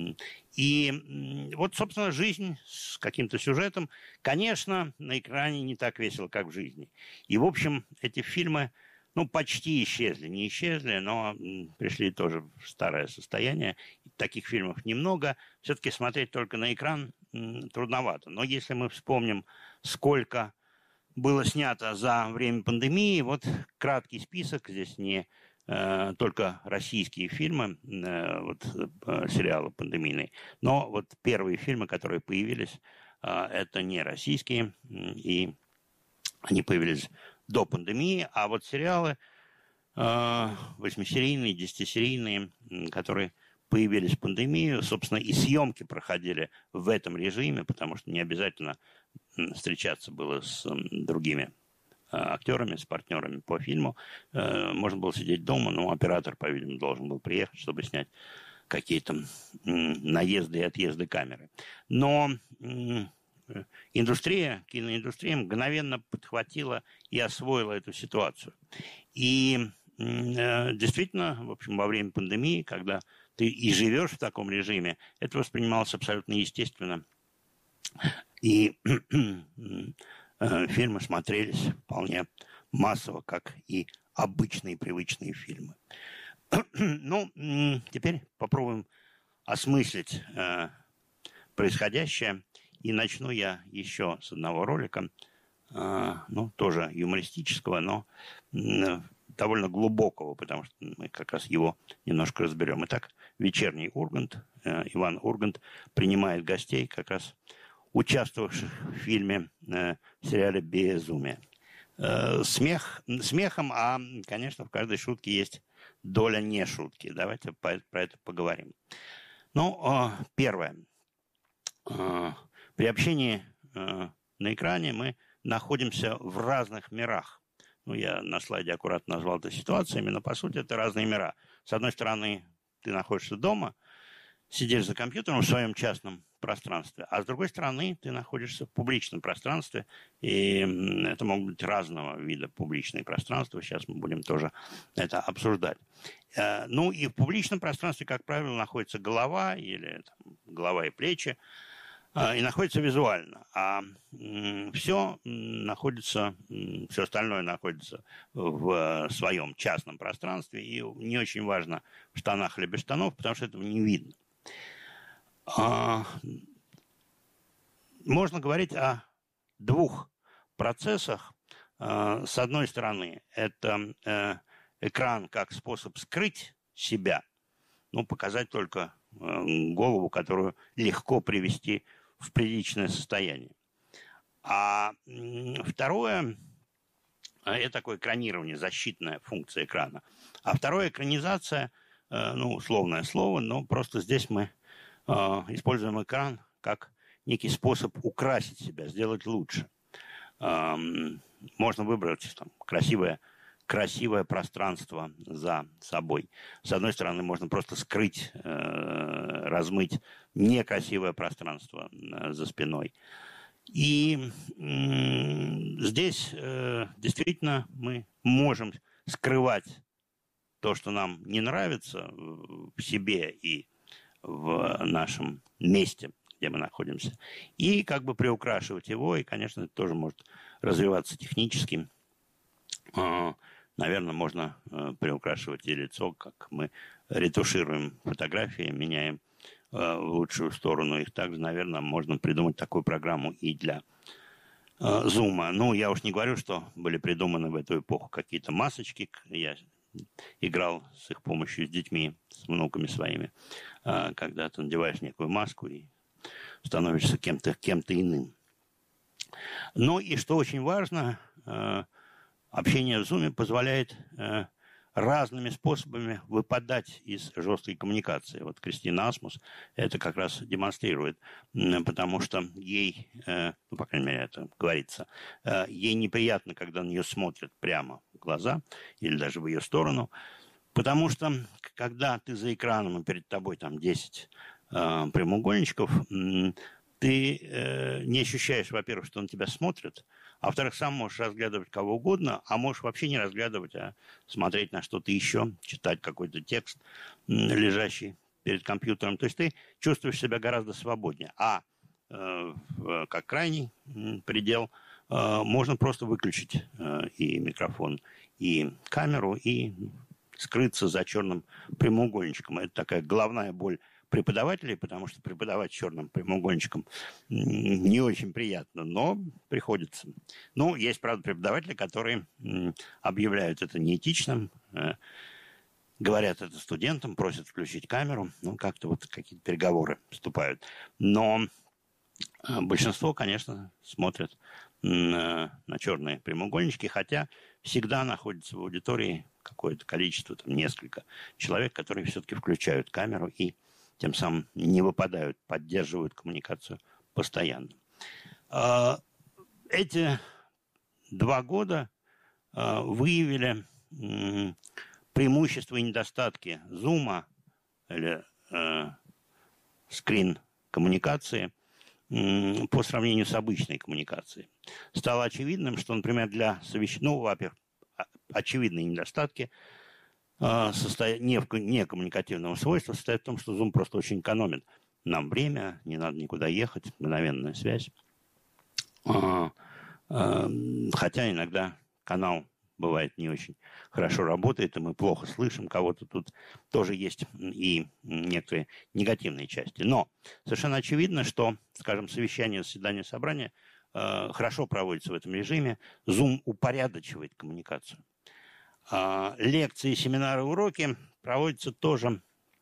И вот, собственно, жизнь с каким-то сюжетом, конечно, на экране не так весело, как в жизни. И, в общем, эти фильмы, ну, почти исчезли. Не исчезли, но пришли тоже в старое состояние. Таких фильмов немного. Все-таки смотреть только на экран трудновато. Но если мы вспомним, сколько было снято за время пандемии, вот краткий список, здесь не только российские фильмы, вот сериалы пандемийные, но вот первые фильмы, которые появились, это не российские, и они появились до пандемии, а вот сериалы 8-серийные, 10-серийные, которые появились в пандемию, собственно, и съемки проходили в этом режиме, потому что не обязательно встречаться было с другими актерами, с партнерами по фильму. Можно было сидеть дома, но оператор, по-видимому, должен был приехать, чтобы снять какие-то наезды и отъезды камеры. Но киноиндустрия мгновенно подхватила и освоила эту ситуацию. И действительно, в общем, во время пандемии, когда ты и живешь в таком режиме, это воспринималось абсолютно естественно. И фильмы смотрелись вполне массово, как и обычные привычные фильмы. Ну, теперь попробуем осмыслить происходящее. И начну я еще с одного ролика, ну, тоже юмористического, но довольно глубокого, потому что мы как раз его немножко разберем. Итак, вечерний Ургант, Иван Ургант принимает гостей, как раз участвовавших в фильме, в сериале «Безумие». Смехом, а, конечно, в каждой шутке есть доля не шутки. Давайте про это поговорим. Ну, первое. При общении на экране мы находимся в разных мирах. Ну, я на слайде аккуратно назвал это ситуациями, но, по сути, это разные мира. С одной стороны, ты находишься дома, сидишь за компьютером в своем частном пространстве, а с другой стороны, ты находишься в публичном пространстве, и это могут быть разного вида публичные пространства. Сейчас мы будем тоже это обсуждать. Ну, и в публичном пространстве, как правило, находится голова или голова и плечи. и находится визуально, а все остальное находится в своем частном пространстве, и не очень важно, в штанах или без штанов, потому что этого не видно. Можно говорить о двух процессах. С одной стороны, это экран как способ скрыть себя, показать только голову, которую легко привести в приличное состояние. А второе, это такое экранирование, защитная функция экрана. А второе, экранизация, условное слово, но просто здесь мы используем экран как некий способ украсить себя, сделать лучше. Можно выбрать красивое пространство за собой. С одной стороны, можно просто скрыть, размыть некрасивое пространство за спиной. И здесь действительно мы можем скрывать то, что нам не нравится в себе и в нашем месте, где мы находимся, и как бы приукрашивать его, и, конечно, это тоже может развиваться технически. Наверное, можно приукрашивать и лицо, как мы ретушируем фотографии, меняем в лучшую сторону их. Также, наверное, можно придумать такую программу и для Zoom. Я уж не говорю, что были придуманы в эту эпоху какие-то масочки. Я играл с их помощью с детьми, с внуками своими, когда ты надеваешь некую маску и становишься кем-то иным. И что очень важно, общение в Zoom позволяет разными способами выпадать из жесткой коммуникации. Вот Кристина Асмус это как раз демонстрирует, потому что ей, по крайней мере, это говорится, ей неприятно, когда на нее смотрят прямо в глаза или даже в ее сторону, потому что когда ты за экраном и перед тобой 10 прямоугольничков, ты не ощущаешь, во-первых, что на тебя смотрят, а во-вторых, сам можешь разглядывать кого угодно, а можешь вообще не разглядывать, а смотреть на что-то еще, читать какой-то текст, лежащий перед компьютером. То есть ты чувствуешь себя гораздо свободнее. А как крайний предел можно просто выключить и микрофон, и камеру, и скрыться за черным прямоугольничком. Это такая головная боль преподавателей, потому что преподавать черным прямоугольничком не очень приятно, но приходится. Есть, правда, преподаватели, которые объявляют это неэтичным, говорят это студентам, просят включить камеру, как-то какие-то переговоры вступают. Но большинство, конечно, смотрят на черные прямоугольнички, хотя всегда находится в аудитории какое-то количество, несколько человек, которые все-таки включают камеру и тем самым не выпадают, поддерживают коммуникацию постоянно. Эти 2 года выявили преимущества и недостатки Zoom или скрин-коммуникации по сравнению с обычной коммуникацией. Стало очевидным, что, например, для совещания, во-первых, очевидные недостатки некоммуникативного свойства состоят в том, что Zoom просто очень экономит нам время, не надо никуда ехать, мгновенная связь. Хотя иногда канал бывает не очень хорошо работает, и мы плохо слышим кого-то. Тут тоже есть и некоторые негативные части. Но совершенно очевидно, что, скажем, совещание, заседание, собрание хорошо проводится в этом режиме. Zoom упорядочивает коммуникацию. Лекции, семинары, уроки проводятся тоже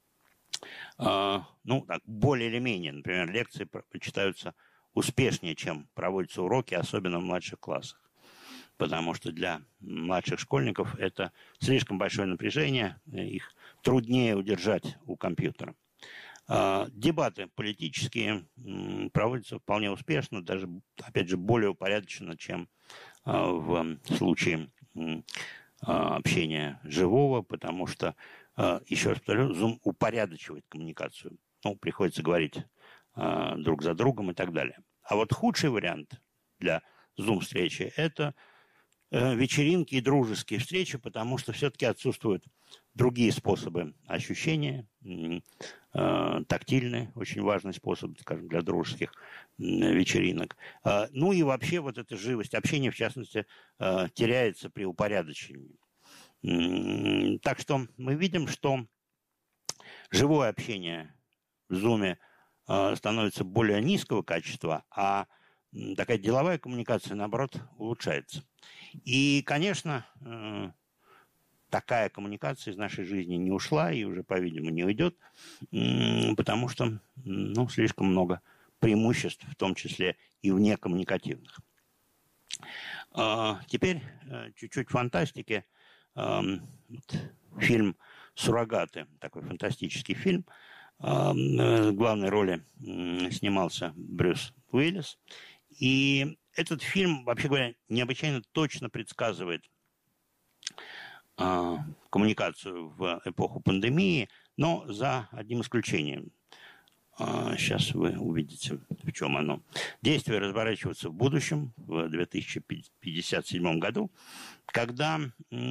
более или менее. Например, лекции читаются успешнее, чем проводятся уроки, особенно в младших классах. Потому что для младших школьников это слишком большое напряжение, их труднее удержать у компьютера. Дебаты политические проводятся вполне успешно, даже, опять же, более упорядоченно, чем в случае общения живого, потому что, еще раз повторю, Zoom упорядочивает коммуникацию. Приходится говорить друг за другом и так далее. А вот худший вариант для Zoom-встречи – это вечеринки и дружеские встречи, потому что все-таки отсутствуют другие способы ощущения, тактильный, очень важный способ, скажем, для дружеских вечеринок. Ну и вообще вот эта живость общения, в частности, теряется при упорядочении. Так что мы видим, что живое общение в Zoom становится более низкого качества, а такая деловая коммуникация, наоборот, улучшается. И, конечно, такая коммуникация из нашей жизни не ушла и уже, по-видимому, не уйдет, потому что слишком много преимуществ, в том числе и вне коммуникативных. Теперь чуть-чуть фантастики. Фильм «Суррогаты», такой фантастический фильм. В главной роли снимался Брюс Уиллис. И этот фильм, вообще говоря, необычайно точно предсказывает коммуникацию в эпоху пандемии, но за одним исключением. Сейчас вы увидите, в чем оно. Действие разворачивается в будущем, в 2057 году, когда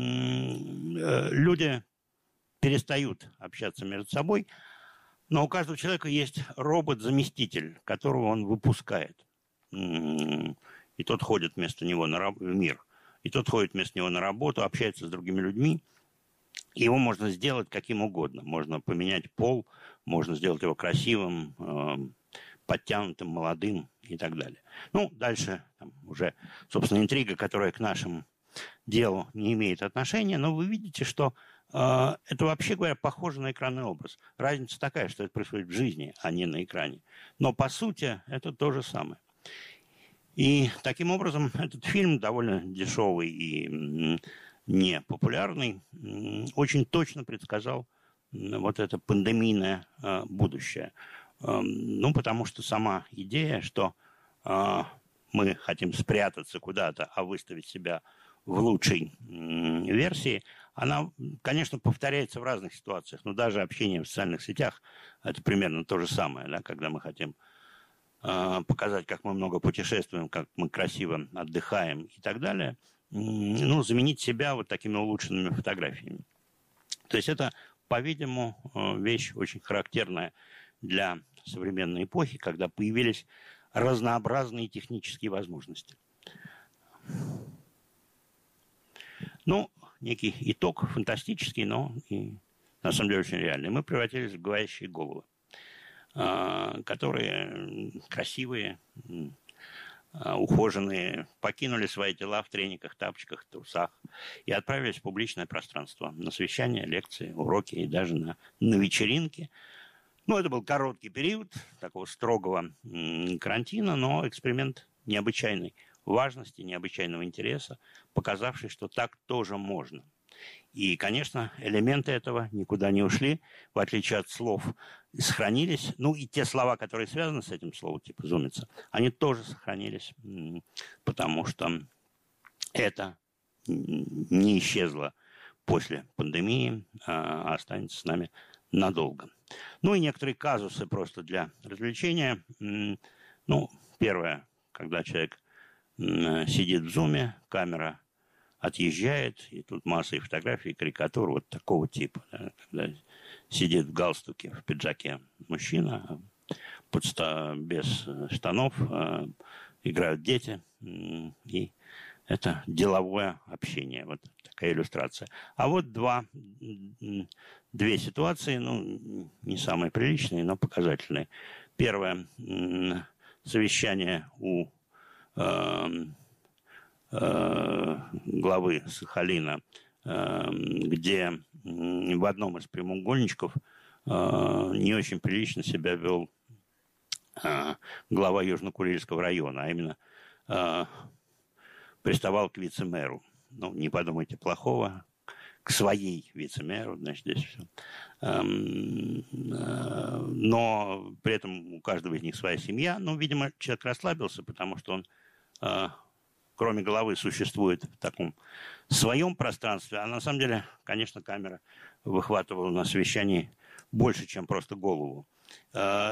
люди перестают общаться между собой, но у каждого человека есть робот-заместитель, которого он выпускает. И тот ходит вместо него в мир. И тот ходит вместо него на работу, общается с другими людьми. Его можно сделать каким угодно. Можно поменять пол, можно сделать его красивым, подтянутым, молодым и так далее. Ну, дальше уже, собственно, интрига, которая к нашему делу не имеет отношения, но вы видите, что это, вообще говоря, похоже на экранный образ. Разница такая, что это происходит в жизни, а не на экране. Но, по сути, это то же самое. И таким образом этот фильм, довольно дешевый и не популярный, очень точно предсказал вот это пандемийное будущее. Потому что сама идея, что мы хотим спрятаться куда-то, а выставить себя в лучшей версии, она, конечно, повторяется в разных ситуациях. Но даже общение в социальных сетях – это примерно то же самое, да, когда мы хотим показать, как мы много путешествуем, как мы красиво отдыхаем и так далее, заменить себя вот такими улучшенными фотографиями. То есть это, по-видимому, вещь очень характерная для современной эпохи, когда появились разнообразные технические возможности. Некий итог фантастический, но и на самом деле очень реальный. Мы превратились в говорящие головы, которые красивые, ухоженные, покинули свои тела в трениках, тапочках, трусах и отправились в публичное пространство на совещания, лекции, уроки и даже на вечеринки. Это был короткий период такого строгого карантина, но эксперимент необычайной важности, необычайного интереса, показавший, что так тоже можно. И, конечно, элементы этого никуда не ушли, в отличие от слов, сохранились. И те слова, которые связаны с этим словом, типа «зумиться», они тоже сохранились, потому что это не исчезло после пандемии, а останется с нами надолго. И некоторые казусы просто для развлечения. Первое, когда человек сидит в зуме, камера отъезжает, и тут масса и фотографий, и карикатур вот такого типа. Да, когда сидит в галстуке, в пиджаке мужчина, без штанов, играют дети, и это деловое общение. Вот такая иллюстрация. А вот две ситуации, не самые приличные, но показательные. Первое, совещание у главы Сахалина, где в одном из прямоугольничков не очень прилично себя вел глава Южно-Курильского района, а именно приставал к вице-мэру. Не подумайте плохого, к своей вице-мэру, значит, здесь все. Но при этом у каждого из них своя семья. Видимо, человек расслабился, потому что он, кроме головы, существует в таком своем пространстве. А на самом деле, конечно, камера выхватывала на совещании больше, чем просто голову.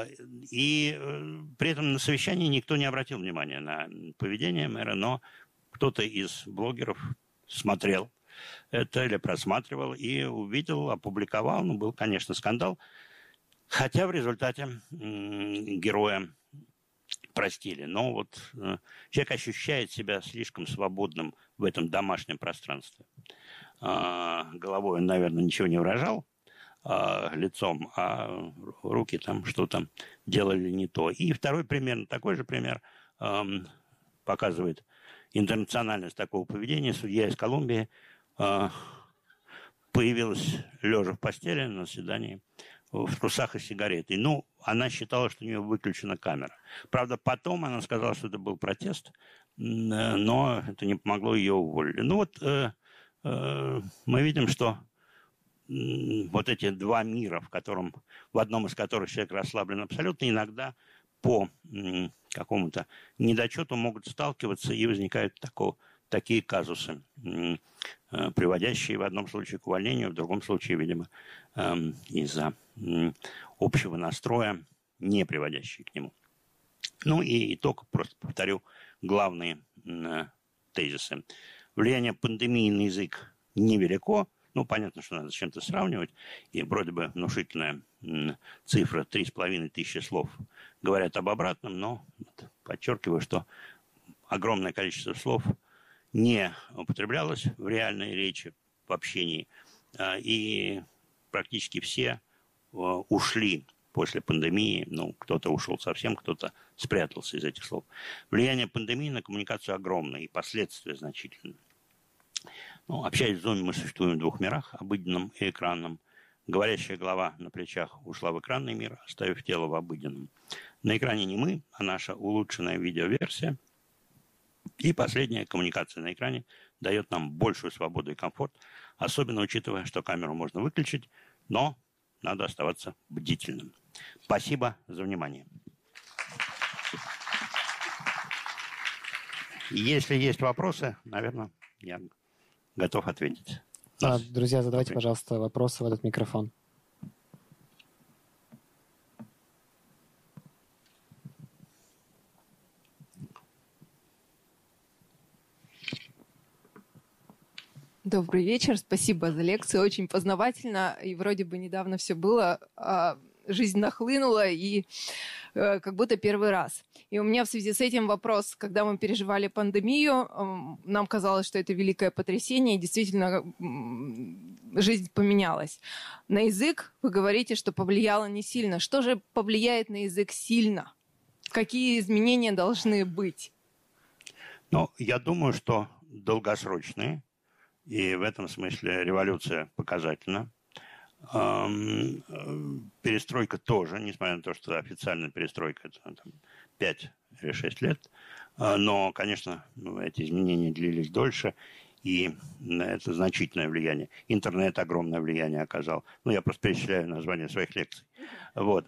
И при этом на совещании никто не обратил внимания на поведение мэра, но кто-то из блогеров смотрел это или просматривал и увидел, опубликовал. Ну, был, конечно, скандал. Хотя в результате героя простили. Но вот человек ощущает себя слишком свободным в этом домашнем пространстве. Головой он, наверное, ничего не выражал, лицом, а руки там что-то делали не то. И второй пример, такой же пример, показывает интернациональность такого поведения. Судья из Колумбии появилась лежа в постели на заседании в трусах и сигаретой. Ну, она считала, что у нее выключена камера. Правда, потом она сказала, что это был протест, но это не помогло, ее уволили. Ну вот мы видим, что вот эти два мира, в одном из которых человек расслаблен абсолютно, иногда по какому-то недочету могут сталкиваться, и возникают такие казусы, приводящие в одном случае к увольнению, в другом случае, видимо, из-за общего настроя, не приводящие к нему. Ну и итог, просто повторю главные тезисы. Влияние пандемии на язык невелико. Ну, понятно, что надо с чем-то сравнивать. И вроде бы внушительная цифра 3500 слов говорят об обратном, но подчеркиваю, что огромное количество слов не употреблялось в реальной речи, в общении. И практически все ушли после пандемии. Ну, кто-то ушел совсем, кто-то спрятался из этих слов. Влияние пандемии на коммуникацию огромное, и последствия значительные. Ну, общаясь в Zoom, мы существуем в двух мирах, обыденном и экранном. Говорящая голова на плечах ушла в экранный мир, оставив тело в обыденном. На экране не мы, а наша улучшенная видеоверсия. И последняя коммуникация на экране дает нам большую свободу и комфорт, особенно учитывая, что камеру можно выключить, но надо оставаться бдительным. Спасибо за внимание. Если есть вопросы, наверное, я готов ответить. Друзья, задавайте, пожалуйста, вопросы в этот микрофон. Добрый вечер, спасибо за лекцию, очень познавательно, и вроде бы недавно все было, жизнь нахлынула, и как будто первый раз. И у меня в связи с этим вопрос, когда мы переживали пандемию, нам казалось, что это великое потрясение, и действительно жизнь поменялась. На язык вы говорите, что повлияло не сильно. Что же повлияет на язык сильно? Какие изменения должны быть? Ну, я думаю, что долгосрочные. И в этом смысле революция показательна. Перестройка тоже, несмотря на то, что официальная перестройка это 5 или 6 лет. Но, конечно, эти изменения длились дольше, и это значительное влияние. Интернет огромное влияние оказал. Ну, я просто перечисляю названия своих лекций. Вот.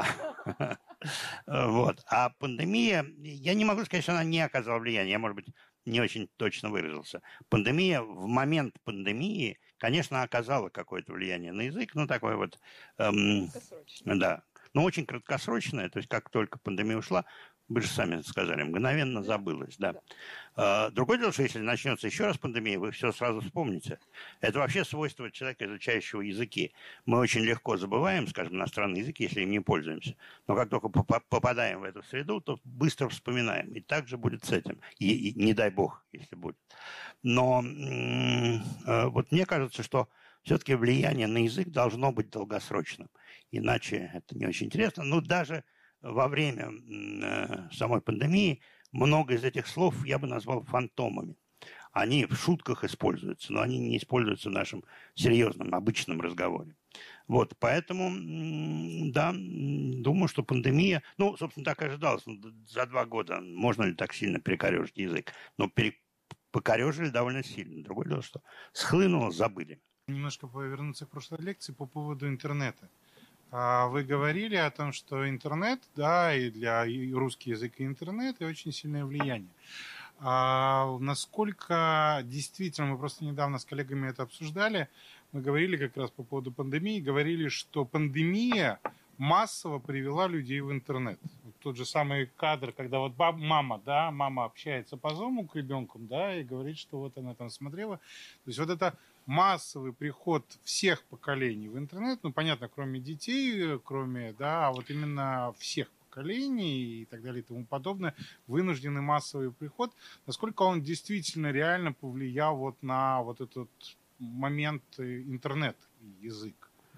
А пандемия, я не могу сказать, что она не оказала влияния. Я, может быть, не очень точно выразился. Пандемия, в момент пандемии, конечно, оказала какое-то влияние на язык, ну, такое вот... да, но очень краткосрочное, то есть как только пандемия ушла, вы же сами сказали, мгновенно забылось, да. Другое дело, что если начнется еще раз пандемия, вы все сразу вспомните. Это вообще свойство человека, изучающего языки. Мы очень легко забываем, скажем, иностранный язык, если им не пользуемся. Но как только попадаем в эту среду, то быстро вспоминаем. И так же будет с этим. И не дай бог, если будет. Но вот мне кажется, что все-таки влияние на язык должно быть долгосрочным. Иначе это не очень интересно. Ну, даже во время самой пандемии много из этих слов я бы назвал фантомами. Они в шутках используются, но они не используются в нашем серьезном, обычном разговоре. Вот, поэтому, да, думаю, что пандемия, ну, собственно, так и ожидалось. За 2 года можно ли так сильно перекорежить язык? Но покорежили довольно сильно. Другое дело, что схлынуло, забыли. Немножко повернуться к прошлой лекции по поводу интернета. Вы говорили о том, что интернет, да, и для русский язык и интернет, и очень сильное влияние. Насколько действительно, мы просто недавно с коллегами это обсуждали, мы говорили как раз по поводу пандемии, говорили, что пандемия массово привела людей в интернет. Вот тот же самый кадр, когда вот мама общается по зуму к ребенку, да, и говорит, что вот она там смотрела. То есть вот это массовый приход всех поколений в интернет, ну, понятно, кроме детей, а вот именно всех поколений и так далее и тому подобное, вынужденный массовый приход, насколько он действительно реально повлиял вот на вот этот момент интернет, язык?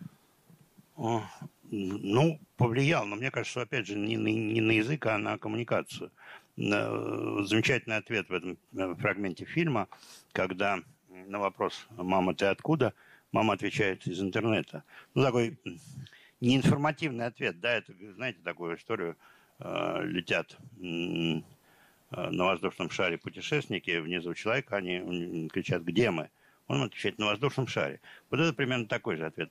Ну, повлиял, но мне кажется, что, опять же, не на язык, а на коммуникацию. Замечательный ответ в этом фрагменте фильма, когда на вопрос «Мама, ты откуда?» мама отвечает «Из интернета». Ну, такой неинформативный ответ, да, это, знаете, такую историю, летят на воздушном шаре путешественники, внизу человека, они кричат «Где мы?» Он отвечает «На воздушном шаре». Вот это примерно такой же ответ.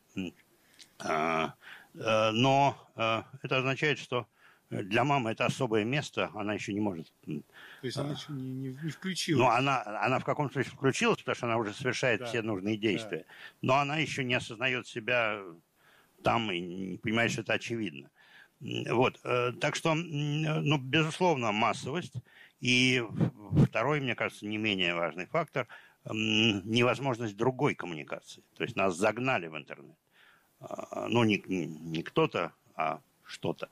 Но это означает, что для мамы это особое место, она еще не может... То есть она еще не включилась. Ну, она в каком-то смысле включилась, потому что она уже совершает все нужные действия. Да. Но она еще не осознает себя там и не понимает, что это очевидно. Вот. Так что, ну, безусловно, массовость. И второй, мне кажется, не менее важный фактор – невозможность другой коммуникации. То есть нас загнали в интернет. Ну, не кто-то, а что-то.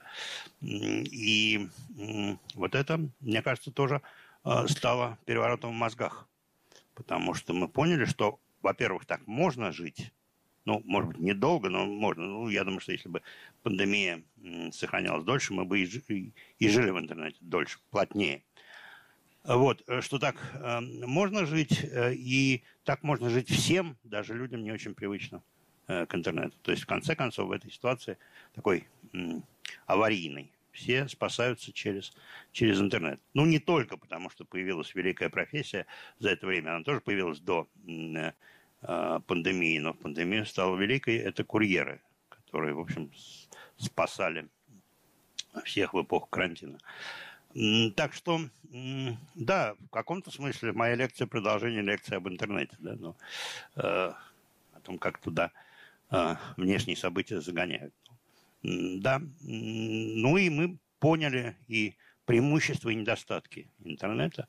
И вот это, мне кажется, тоже стало переворотом в мозгах. Потому что мы поняли, что, во-первых, так можно жить. Ну, может быть, недолго, но можно. Ну, я думаю, что если бы пандемия сохранялась дольше, мы бы и жили в интернете дольше, плотнее. Вот, что так можно жить, и так можно жить всем, даже людям не очень привычно к интернету. То есть, в конце концов, в этой ситуации такой аварийной. Все спасаются через интернет. Ну, не только потому, что появилась великая профессия за это время. Она тоже появилась до пандемии, но в пандемию стала великой. Это курьеры, которые, в общем, спасали всех в эпоху карантина. Так что, да, в каком-то смысле моя лекция – продолжение лекции об интернете. Да, но, о том, как туда внешние события загоняют. Да, ну и мы поняли и преимущества, и недостатки интернета.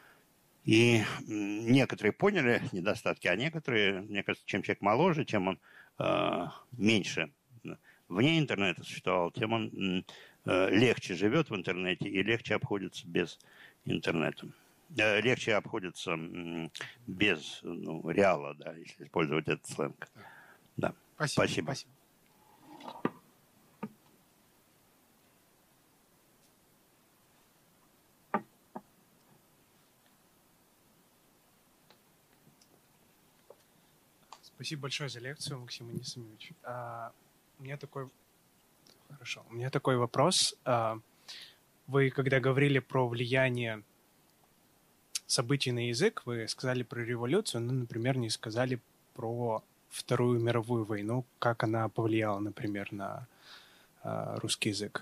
И некоторые поняли недостатки, а некоторые, мне кажется, чем человек моложе, чем он меньше вне интернета существовал, тем он легче живет в интернете и легче обходится без интернета. Легче обходится без реала, да, если использовать этот сленг. Да. Спасибо. Спасибо большое за лекцию, Максим Анисимович. У меня такой вопрос. Вы, когда говорили про влияние событий на язык, вы сказали про революцию, но, например, не сказали про Вторую мировую войну, как она повлияла, например, на русский язык.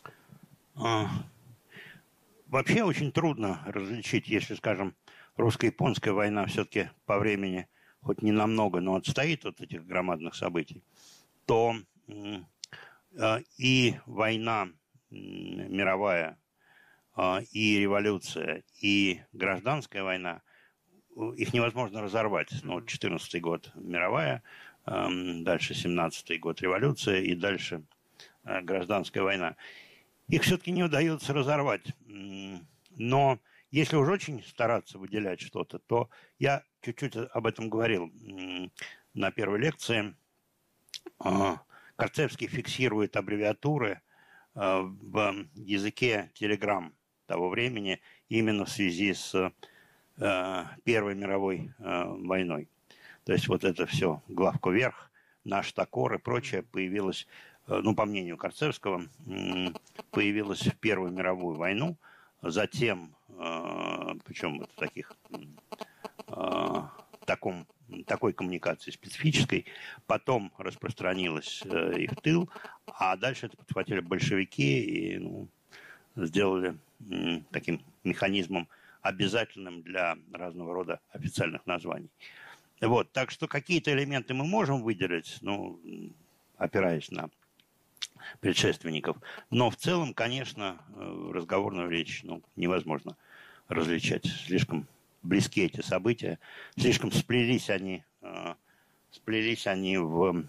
Вообще очень трудно различить, если, скажем, русско-японская война все-таки по времени хоть не намного, но отстоит от этих громадных событий, то и война мировая, и революция, и гражданская война, их невозможно разорвать. Ну, 14-й год мировая, дальше 17-й год революция, и дальше гражданская война. Их все-таки не удается разорвать. Но если уж очень стараться выделять что-то, то я чуть-чуть об этом говорил на первой лекции. Карцевский фиксирует аббревиатуры в языке телеграмм того времени именно в связи с Первой мировой войной. То есть вот это все главку вверх, наш токор и прочее появилось, ну, по мнению Карцевского, появилось в Первую мировую войну, затем, причем вот в такой коммуникации специфической, потом распространилась и в тыл, а дальше это подхватили большевики и сделали таким механизмом обязательным для разного рода официальных названий. Вот, так что какие-то элементы мы можем выделить, опираясь на предшественников. Но в целом, конечно, разговорную речь невозможно различать. Слишком близки эти события, слишком сплелись они в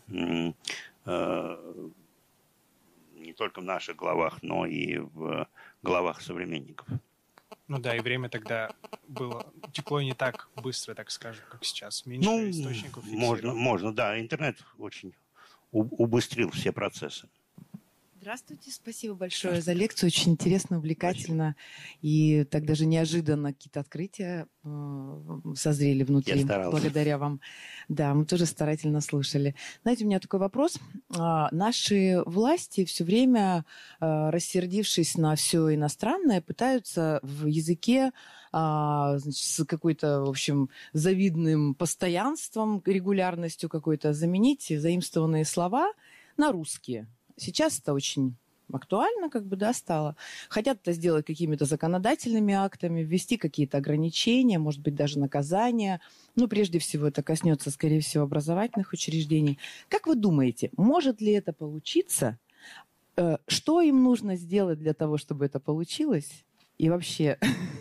не только в наших головах, но и в головах современников. Ну да, и время тогда было текло не так быстро, так скажем, как сейчас. Меньше источников фиксировано. Можно, да. Интернет очень убыстрил все процессы. Здравствуйте, спасибо большое за лекцию. Очень интересно, увлекательно. И так даже неожиданно какие-то открытия созрели внутри. Благодаря вам. Да, мы тоже старательно слушали. Знаете, у меня такой вопрос. Наши власти все время, рассердившись на все иностранное, пытаются в языке с какой-то, в общем, завидным постоянством, регулярностью какой-то заменить заимствованные слова на русские. Сейчас это очень актуально, стало. Хотят это сделать какими-то законодательными актами, ввести какие-то ограничения, может быть, даже наказания. Прежде всего, это коснется, скорее всего, образовательных учреждений. Как вы думаете, может ли это получиться? Что им нужно сделать для того, чтобы это получилось? И вообще,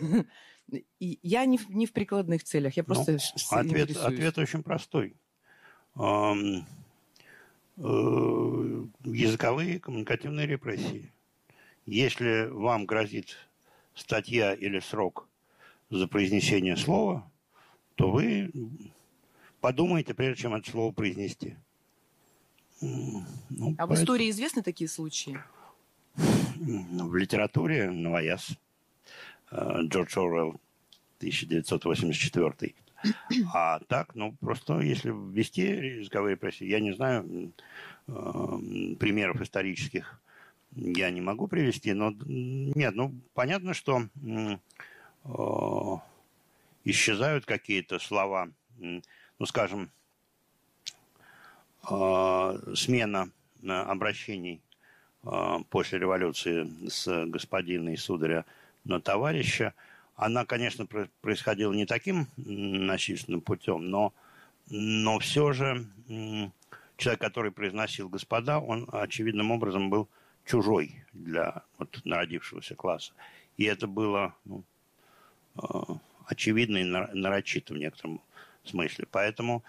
я не в прикладных целях, я просто интересуюсь. Ответ очень простой. Языковые коммуникативные репрессии. Если вам грозит статья или срок за произнесение слова, то вы подумайте, прежде чем это слово произнести. В истории известны такие случаи? В литературе новояз. Джордж Оруэлл, 1984. А так, просто если ввести языковые репрессии, я не знаю, примеров исторических я не могу привести, но нет, понятно, что исчезают какие-то слова, скажем, смена обращений после революции с господина и сударя на товарища, она, конечно, происходила не таким насильственным путем, но все же человек, который произносил «господа», он очевидным образом был чужой для народившегося класса. И это было очевидно и нарочито в некотором смысле. Поэтому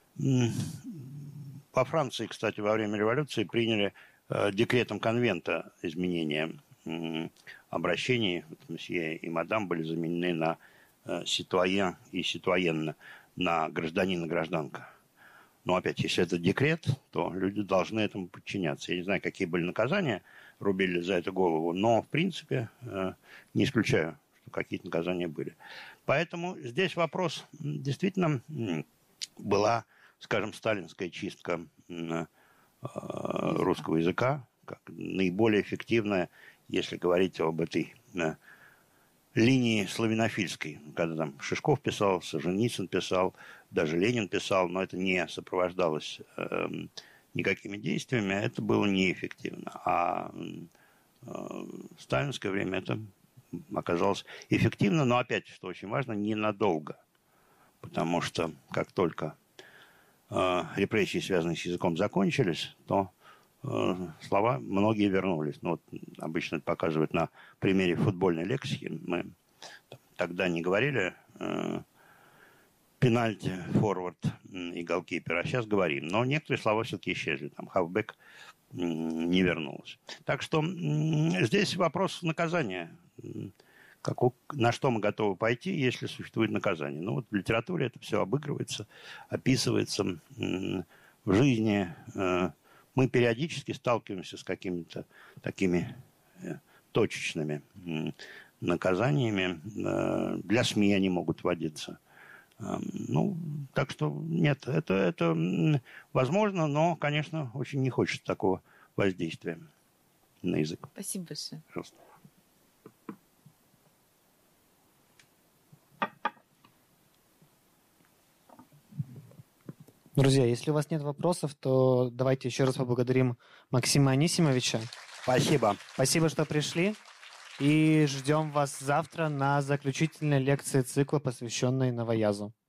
во Франции, кстати, во время революции приняли декретом конвента изменения обращений. Месье и мадам были заменены на ситуаен и ситуенна, на гражданин и гражданка. Но опять, если это декрет, то люди должны этому подчиняться. Я не знаю, какие были наказания, рубили за это голову, но, в принципе, не исключаю, что какие-то наказания были. Поэтому здесь вопрос, действительно, была, скажем, сталинская чистка русского языка, как наиболее эффективная, если говорить об этой линии славянофильской, когда там Шишков писал, Солженицын писал, даже Ленин писал, но это не сопровождалось никакими действиями, это было неэффективно. А в сталинское время это оказалось эффективно, но опять, что очень важно, ненадолго. Потому что как только репрессии, связанные с языком, закончились, то слова многие вернулись. Обычно это показывают на примере футбольной лексики. Мы тогда не говорили пенальти, форвард и голкипер, а сейчас говорим. Но некоторые слова все-таки исчезли. Там хавбэк не вернулось. Так что здесь вопрос наказания. На что мы готовы пойти, если существует наказание. В литературе это все обыгрывается, описывается. В жизни мы периодически сталкиваемся с какими-то такими точечными наказаниями. Для СМИ они могут вводиться. Так что нет, это возможно, но, конечно, очень не хочется такого воздействия на язык. Спасибо большое. Пожалуйста. Друзья, если у вас нет вопросов, то давайте еще раз поблагодарим Максима Анисимовича. Спасибо. Спасибо, что пришли. И ждем вас завтра на заключительной лекции цикла, посвященной новоязу.